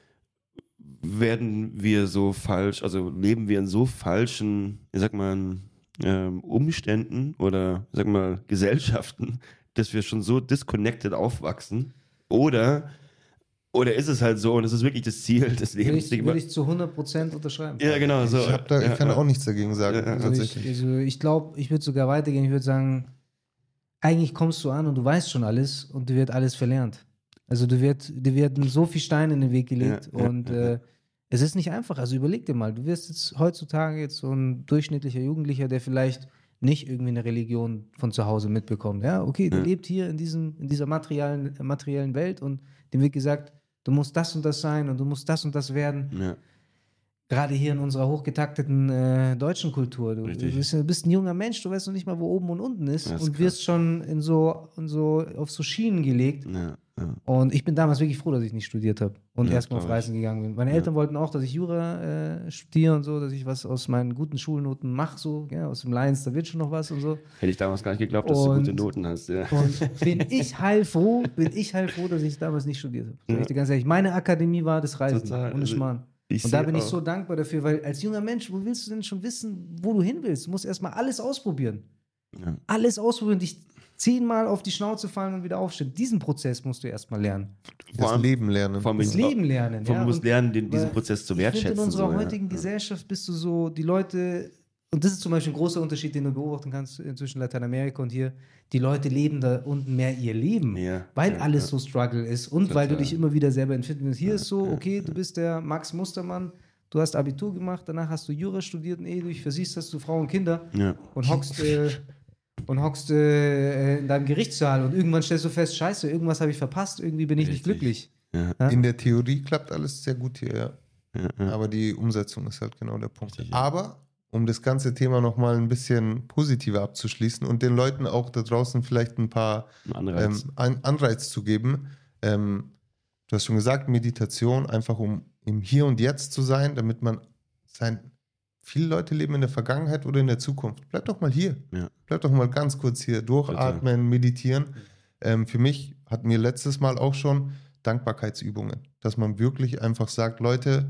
Speaker 1: werden wir so falsch, also leben wir in so falschen, ich sag mal, ähm, Umständen oder, ich sag mal, Gesellschaften, dass wir schon so disconnected aufwachsen? Oder Oder ist es halt so und es ist wirklich das Ziel des
Speaker 2: Will
Speaker 1: Lebens?
Speaker 2: ich, will ich zu hundert Prozent unterschreiben.
Speaker 1: Ja, genau. So.
Speaker 3: Ich, hab da, ich
Speaker 1: ja,
Speaker 3: kann
Speaker 1: ja.
Speaker 3: auch nichts dagegen sagen.
Speaker 1: Ja, ja,
Speaker 2: Also ich,
Speaker 3: tatsächlich.
Speaker 2: also ich glaube, ich würde sogar weitergehen. Ich würde sagen, eigentlich kommst du an und du weißt schon alles und dir wird alles verlernt. Also du wird, dir werden so viele Steine in den Weg gelegt
Speaker 1: Ja, ja,
Speaker 2: und
Speaker 1: ja.
Speaker 2: Äh, es ist nicht einfach. Also überleg dir mal, du wirst jetzt heutzutage jetzt so ein durchschnittlicher Jugendlicher, der vielleicht nicht irgendwie eine Religion von zu Hause mitbekommt. Ja, okay, der
Speaker 1: Ja.
Speaker 2: lebt hier in, diesem, in dieser materiellen, materiellen Welt und dem wird gesagt, du musst das und das sein und du musst das und das werden.
Speaker 1: Ja.
Speaker 2: Gerade hier in unserer hochgetakteten äh, deutschen Kultur. Du, du
Speaker 1: Richtig.
Speaker 2: bist, du bist ein junger Mensch, du weißt noch nicht mal, wo oben und unten ist
Speaker 1: Das ist
Speaker 2: und
Speaker 1: krass.
Speaker 2: wirst schon in so, in so auf so Schienen gelegt.
Speaker 1: Ja, ja.
Speaker 2: Und ich bin damals wirklich froh, dass ich nicht studiert habe und
Speaker 1: Ja,
Speaker 2: erstmal auf
Speaker 1: glaub ich.
Speaker 2: Reisen gegangen bin. Meine
Speaker 1: Ja.
Speaker 2: Eltern wollten auch, dass ich Jura äh, studiere und so, dass ich was aus meinen guten Schulnoten mache, so, ja, aus dem Lions, da wird schon noch was und so.
Speaker 1: Hätte ich damals gar nicht geglaubt, dass du
Speaker 2: Und-
Speaker 1: gute Noten hast. Ja.
Speaker 2: Und bin ich heilfroh, bin ich heilfroh, dass ich damals nicht studiert habe. Sag
Speaker 1: Ja.
Speaker 2: ich dir ganz ehrlich, meine Akademie war das Reisen,
Speaker 1: Total.
Speaker 2: ohne
Speaker 1: Also,
Speaker 2: Schmarrn.
Speaker 1: Ich
Speaker 2: Und da
Speaker 1: seh
Speaker 2: bin ich
Speaker 1: auch-
Speaker 2: so dankbar dafür, weil als junger Mensch, wo willst du denn schon wissen, wo du hin willst? Du musst erstmal alles ausprobieren.
Speaker 1: Ja.
Speaker 2: Alles ausprobieren, dich zehnmal auf die Schnauze fallen und wieder aufstehen. Diesen Prozess musst du erstmal lernen.
Speaker 1: Vor
Speaker 3: Das
Speaker 1: allem-
Speaker 3: Leben lernen.
Speaker 1: vor allem
Speaker 2: Das
Speaker 1: in-
Speaker 2: Leben lernen.
Speaker 1: Vor allem
Speaker 2: ja?
Speaker 1: musst
Speaker 2: Und-
Speaker 1: lernen, den, diesen
Speaker 2: weil
Speaker 1: Prozess zu
Speaker 2: Ich finde,
Speaker 1: wertschätzen.
Speaker 2: in unserer
Speaker 1: so,
Speaker 2: heutigen
Speaker 1: ja.
Speaker 2: Gesellschaft bist du so, die Leute, und das ist zum Beispiel ein großer Unterschied, den du beobachten kannst äh, zwischen Lateinamerika und hier, die Leute leben da unten mehr ihr Leben,
Speaker 1: Ja,
Speaker 2: weil
Speaker 1: ja,
Speaker 2: alles
Speaker 1: ja.
Speaker 2: so Struggle ist und
Speaker 1: Total.
Speaker 2: weil du dich immer wieder selber entfinden willst. Hier
Speaker 1: Ja,
Speaker 2: ist so,
Speaker 1: ja,
Speaker 2: okay, du
Speaker 1: ja.
Speaker 2: bist der Max Mustermann, du hast Abitur gemacht, danach hast du Jura studiert und ehe du dich versiehst, hast du Frau und Kinder
Speaker 1: Ja.
Speaker 2: und hockst, äh, und hockst äh, in deinem Gerichtssaal und irgendwann stellst du fest, scheiße, irgendwas habe ich verpasst, irgendwie bin ich nicht
Speaker 1: Richtig.
Speaker 2: glücklich.
Speaker 1: Ja.
Speaker 2: Ja?
Speaker 3: In der Theorie klappt alles sehr gut hier, ja.
Speaker 1: Ja, ja.
Speaker 3: Aber die Umsetzung ist halt genau der Punkt.
Speaker 1: Richtig, ja.
Speaker 3: Aber um das ganze Thema nochmal ein bisschen positiver abzuschließen und den Leuten auch da draußen vielleicht ein paar
Speaker 1: Ein Anreiz.
Speaker 3: ähm, An Anreiz zu geben. Ähm, du hast schon gesagt, Meditation, einfach um im Hier und Jetzt zu sein, damit man sein. Viele Leute leben in der Vergangenheit oder in der Zukunft. Bleib doch mal hier.
Speaker 1: Ja.
Speaker 3: Bleib doch mal ganz kurz hier. Durchatmen, meditieren. Ähm, für mich hatten wir letztes Mal auch schon Dankbarkeitsübungen. Dass man wirklich einfach sagt, Leute,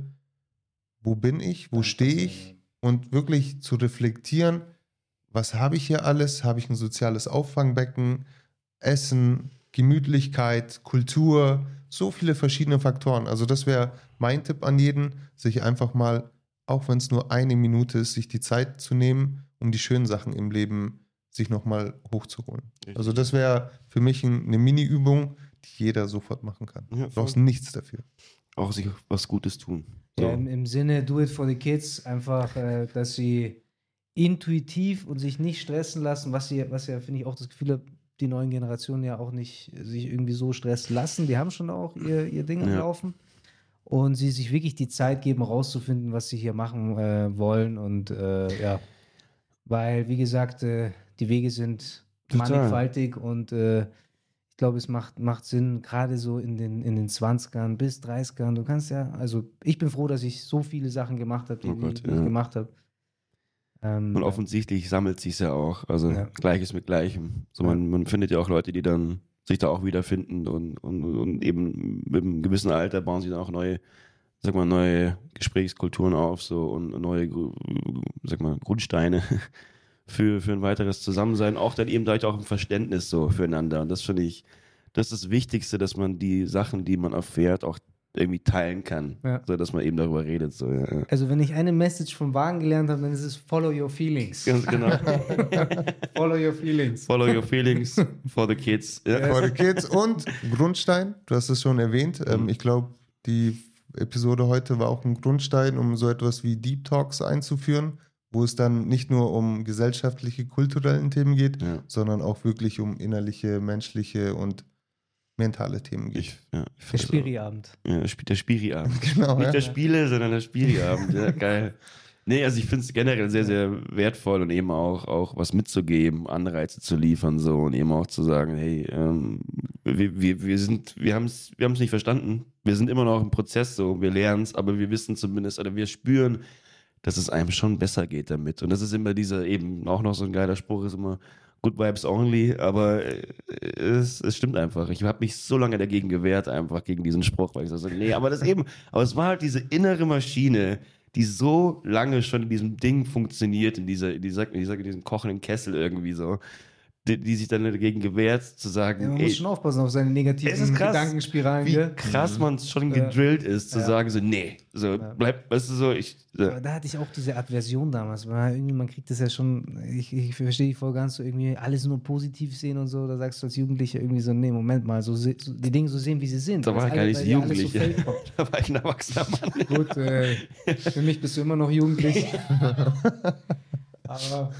Speaker 3: wo bin ich? Wo stehe ich? Und wirklich zu reflektieren, was habe ich hier alles? Habe ich ein soziales Auffangbecken? Essen, Gemütlichkeit, Kultur, so viele verschiedene Faktoren. Also das wäre mein Tipp an jeden, sich einfach mal, auch wenn es nur eine Minute ist, sich die Zeit zu nehmen, um die schönen Sachen im Leben sich nochmal hochzuholen.
Speaker 1: Richtig.
Speaker 3: Also das wäre für mich ein, eine Mini-Übung, die jeder sofort machen kann.
Speaker 1: Ja,
Speaker 3: Du brauchst nichts dafür.
Speaker 1: Auch sich was Gutes tun. So.
Speaker 2: Ja, im, im Sinne do it for the kids, einfach, äh, dass sie intuitiv und sich nicht stressen lassen, was sie, was ja, finde ich, auch das Gefühl habe, die neuen Generationen ja auch nicht sich irgendwie so stressen lassen. Die haben schon auch ihr, ihr Ding am
Speaker 1: Ja.
Speaker 2: Laufen. Und sie sich wirklich die Zeit geben, rauszufinden, was sie hier machen äh, wollen. Und äh, ja, weil, wie gesagt, äh, die Wege sind
Speaker 1: Total.
Speaker 2: mannigfaltig und äh, ich glaube, es macht, macht Sinn, gerade so in den, in den zwanzigern bis dreißigern. Du kannst ja, also ich bin froh, dass ich so viele Sachen gemacht habe, die,
Speaker 1: Oh Gott,
Speaker 2: die, die
Speaker 1: ja.
Speaker 2: ich gemacht habe. Ähm,
Speaker 1: Und
Speaker 2: ja.
Speaker 1: offensichtlich sammelt sich ja auch. Also
Speaker 2: Ja.
Speaker 1: Gleiches mit Gleichem. So
Speaker 2: Ja.
Speaker 1: man, man findet ja auch Leute, die dann sich da auch wiederfinden und, und, und eben mit einem gewissen Alter bauen sie dann auch neue, sag mal, neue Gesprächskulturen auf so und neue, sag mal, Grundsteine für, für ein weiteres Zusammensein, auch dann eben dadurch auch ein Verständnis so füreinander. Und das finde ich, das ist das Wichtigste, dass man die Sachen, die man erfährt, auch irgendwie teilen kann,
Speaker 2: Ja.
Speaker 1: so dass man eben darüber redet. So, ja, ja.
Speaker 2: Also wenn ich eine Message vom Wagen gelernt habe, dann ist es Follow your feelings.
Speaker 1: Ganz genau.
Speaker 2: Follow your feelings.
Speaker 1: Follow your feelings for the kids. Ja.
Speaker 3: For the Kids und Grundstein, du hast es schon erwähnt. Ähm, ich glaube, die Episode heute war auch ein Grundstein, um so etwas wie Deep Talks einzuführen, wo es dann nicht nur um gesellschaftliche, kulturelle Themen geht,
Speaker 1: Ja.
Speaker 3: sondern auch wirklich um innerliche, menschliche und mentale Themen geht.
Speaker 1: Ich, ja, ich
Speaker 2: Der
Speaker 1: find das auch-
Speaker 2: Spiri-Abend.
Speaker 1: Ja, der Sp- der Spiri-Abend.
Speaker 3: Genau,
Speaker 1: Nicht
Speaker 3: ja.
Speaker 1: der Spiele, sondern der Spiri-Abend. Ja, geil. Nee, also ich finde es generell sehr, sehr wertvoll und eben auch, auch was mitzugeben, Anreize zu liefern so und eben auch zu sagen, hey, ähm, wir, wir, wir sind, wir haben es wir haben's nicht verstanden. Wir sind immer noch im Prozess so, wir lernen es, aber wir wissen zumindest oder wir spüren, dass es einem schon besser geht damit. Und das ist immer dieser eben auch noch so ein geiler Spruch, ist immer Good Vibes only, aber äh, es, es stimmt einfach. Ich habe mich so lange dagegen gewehrt, einfach gegen diesen Spruch, weil ich so, nee, aber das eben, aber es war halt diese innere Maschine, die so lange schon in diesem Ding funktioniert, in dieser, in dieser, in dieser in diesem kochenden Kessel irgendwie so, die, die sich dann dagegen gewehrt, zu sagen,
Speaker 2: Ja, man
Speaker 1: ey,
Speaker 2: muss schon aufpassen auf seine negativen
Speaker 1: Es ist krass,
Speaker 2: Gedankenspiralen.
Speaker 1: wie
Speaker 2: gell?
Speaker 1: krass man schon
Speaker 2: Ja.
Speaker 1: gedrillt ist, zu
Speaker 2: Ja.
Speaker 1: sagen so, nee, so, bleib, weißt du so, ich,
Speaker 2: Aber da hatte ich auch diese Aversion damals, weil irgendwie, man kriegt das ja schon, ich, ich verstehe die voll ganz so irgendwie alles nur positiv sehen und so, da sagst du als Jugendlicher irgendwie so, nee, Moment mal, so, se- so die Dinge so sehen, wie sie sind.
Speaker 1: Da war
Speaker 2: Weil
Speaker 1: ich gar
Speaker 2: alle-
Speaker 1: nicht
Speaker 2: weil
Speaker 1: so
Speaker 2: ja alles
Speaker 1: jugendlich.
Speaker 2: fake kommt.
Speaker 1: da war ich ein erwachsener Mann.
Speaker 2: Gut, äh, für mich bist du immer noch jugendlich. Aber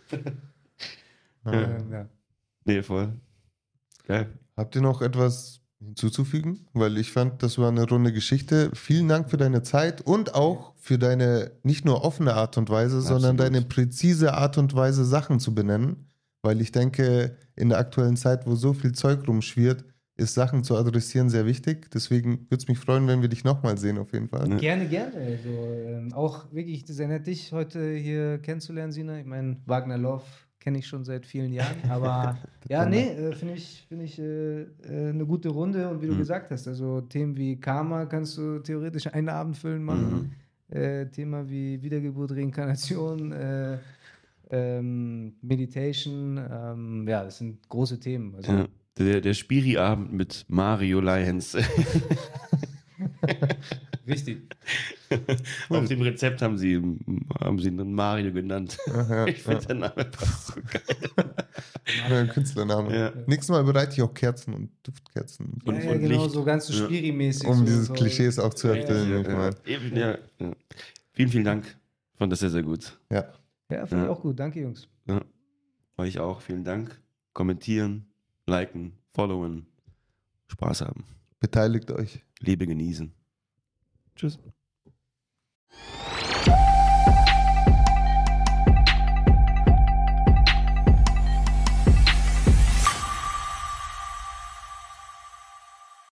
Speaker 2: ähm, ja.
Speaker 1: Nee, voll. Geil.
Speaker 3: Habt ihr noch etwas hinzuzufügen? Weil ich fand, das war eine runde Geschichte. Vielen Dank für deine Zeit und auch für deine nicht nur offene Art und Weise, sondern
Speaker 1: Absolut.
Speaker 3: deine präzise Art und Weise, Sachen zu benennen. Weil ich denke, in der aktuellen Zeit, wo so viel Zeug rumschwirrt, ist Sachen zu adressieren sehr wichtig. Deswegen würde es mich freuen, wenn wir dich nochmal sehen, auf jeden Fall.
Speaker 1: Ja.
Speaker 2: Gerne, gerne. Also, ähm, auch wirklich sehr nett, dich heute hier kennenzulernen, Sina. Ich meine, Wagner Love kenne ich schon seit vielen Jahren. Aber ja, nee, äh, finde ich, find ich äh, äh, eine gute Runde. Und wie du
Speaker 1: Mhm.
Speaker 2: gesagt hast, also Themen wie Karma kannst du theoretisch einen Abend füllen machen. Äh, Thema wie Wiedergeburt, Reinkarnation, äh, ähm, Meditation. Ähm, ja, das sind große Themen. Also,
Speaker 1: Ja. Der, der Spiri-Abend mit Mario Lions.
Speaker 2: Richtig.
Speaker 1: Auf dem Rezept haben sie, haben sie einen Mario genannt.
Speaker 3: Aha,
Speaker 1: Ich finde, der Name passt so geil.
Speaker 3: ja. Künstlername.
Speaker 1: Ja.
Speaker 3: Nächstes Mal bereite ich auch Kerzen und Duftkerzen.
Speaker 1: Und-
Speaker 2: ja, ja,
Speaker 1: und
Speaker 2: genau,
Speaker 1: Licht.
Speaker 2: so ganz so
Speaker 1: Ja.
Speaker 2: Spiri-mäßig.
Speaker 3: Um
Speaker 2: so,
Speaker 3: dieses
Speaker 2: so.
Speaker 3: Klischees auch zu
Speaker 2: Ja,
Speaker 3: erfüllen.
Speaker 1: Ja,
Speaker 3: ich
Speaker 1: ja.
Speaker 3: meine.
Speaker 1: Eben, ja, ja. Vielen, vielen Dank. Fand das sehr, sehr gut.
Speaker 3: Ja.
Speaker 2: Ja, finde ich
Speaker 1: Ja.
Speaker 2: auch gut. Danke, Jungs.
Speaker 1: Ja. Euch auch. Vielen Dank. Kommentieren, liken, followen. Spaß haben.
Speaker 3: Beteiligt euch.
Speaker 1: Liebe genießen. Tschüss.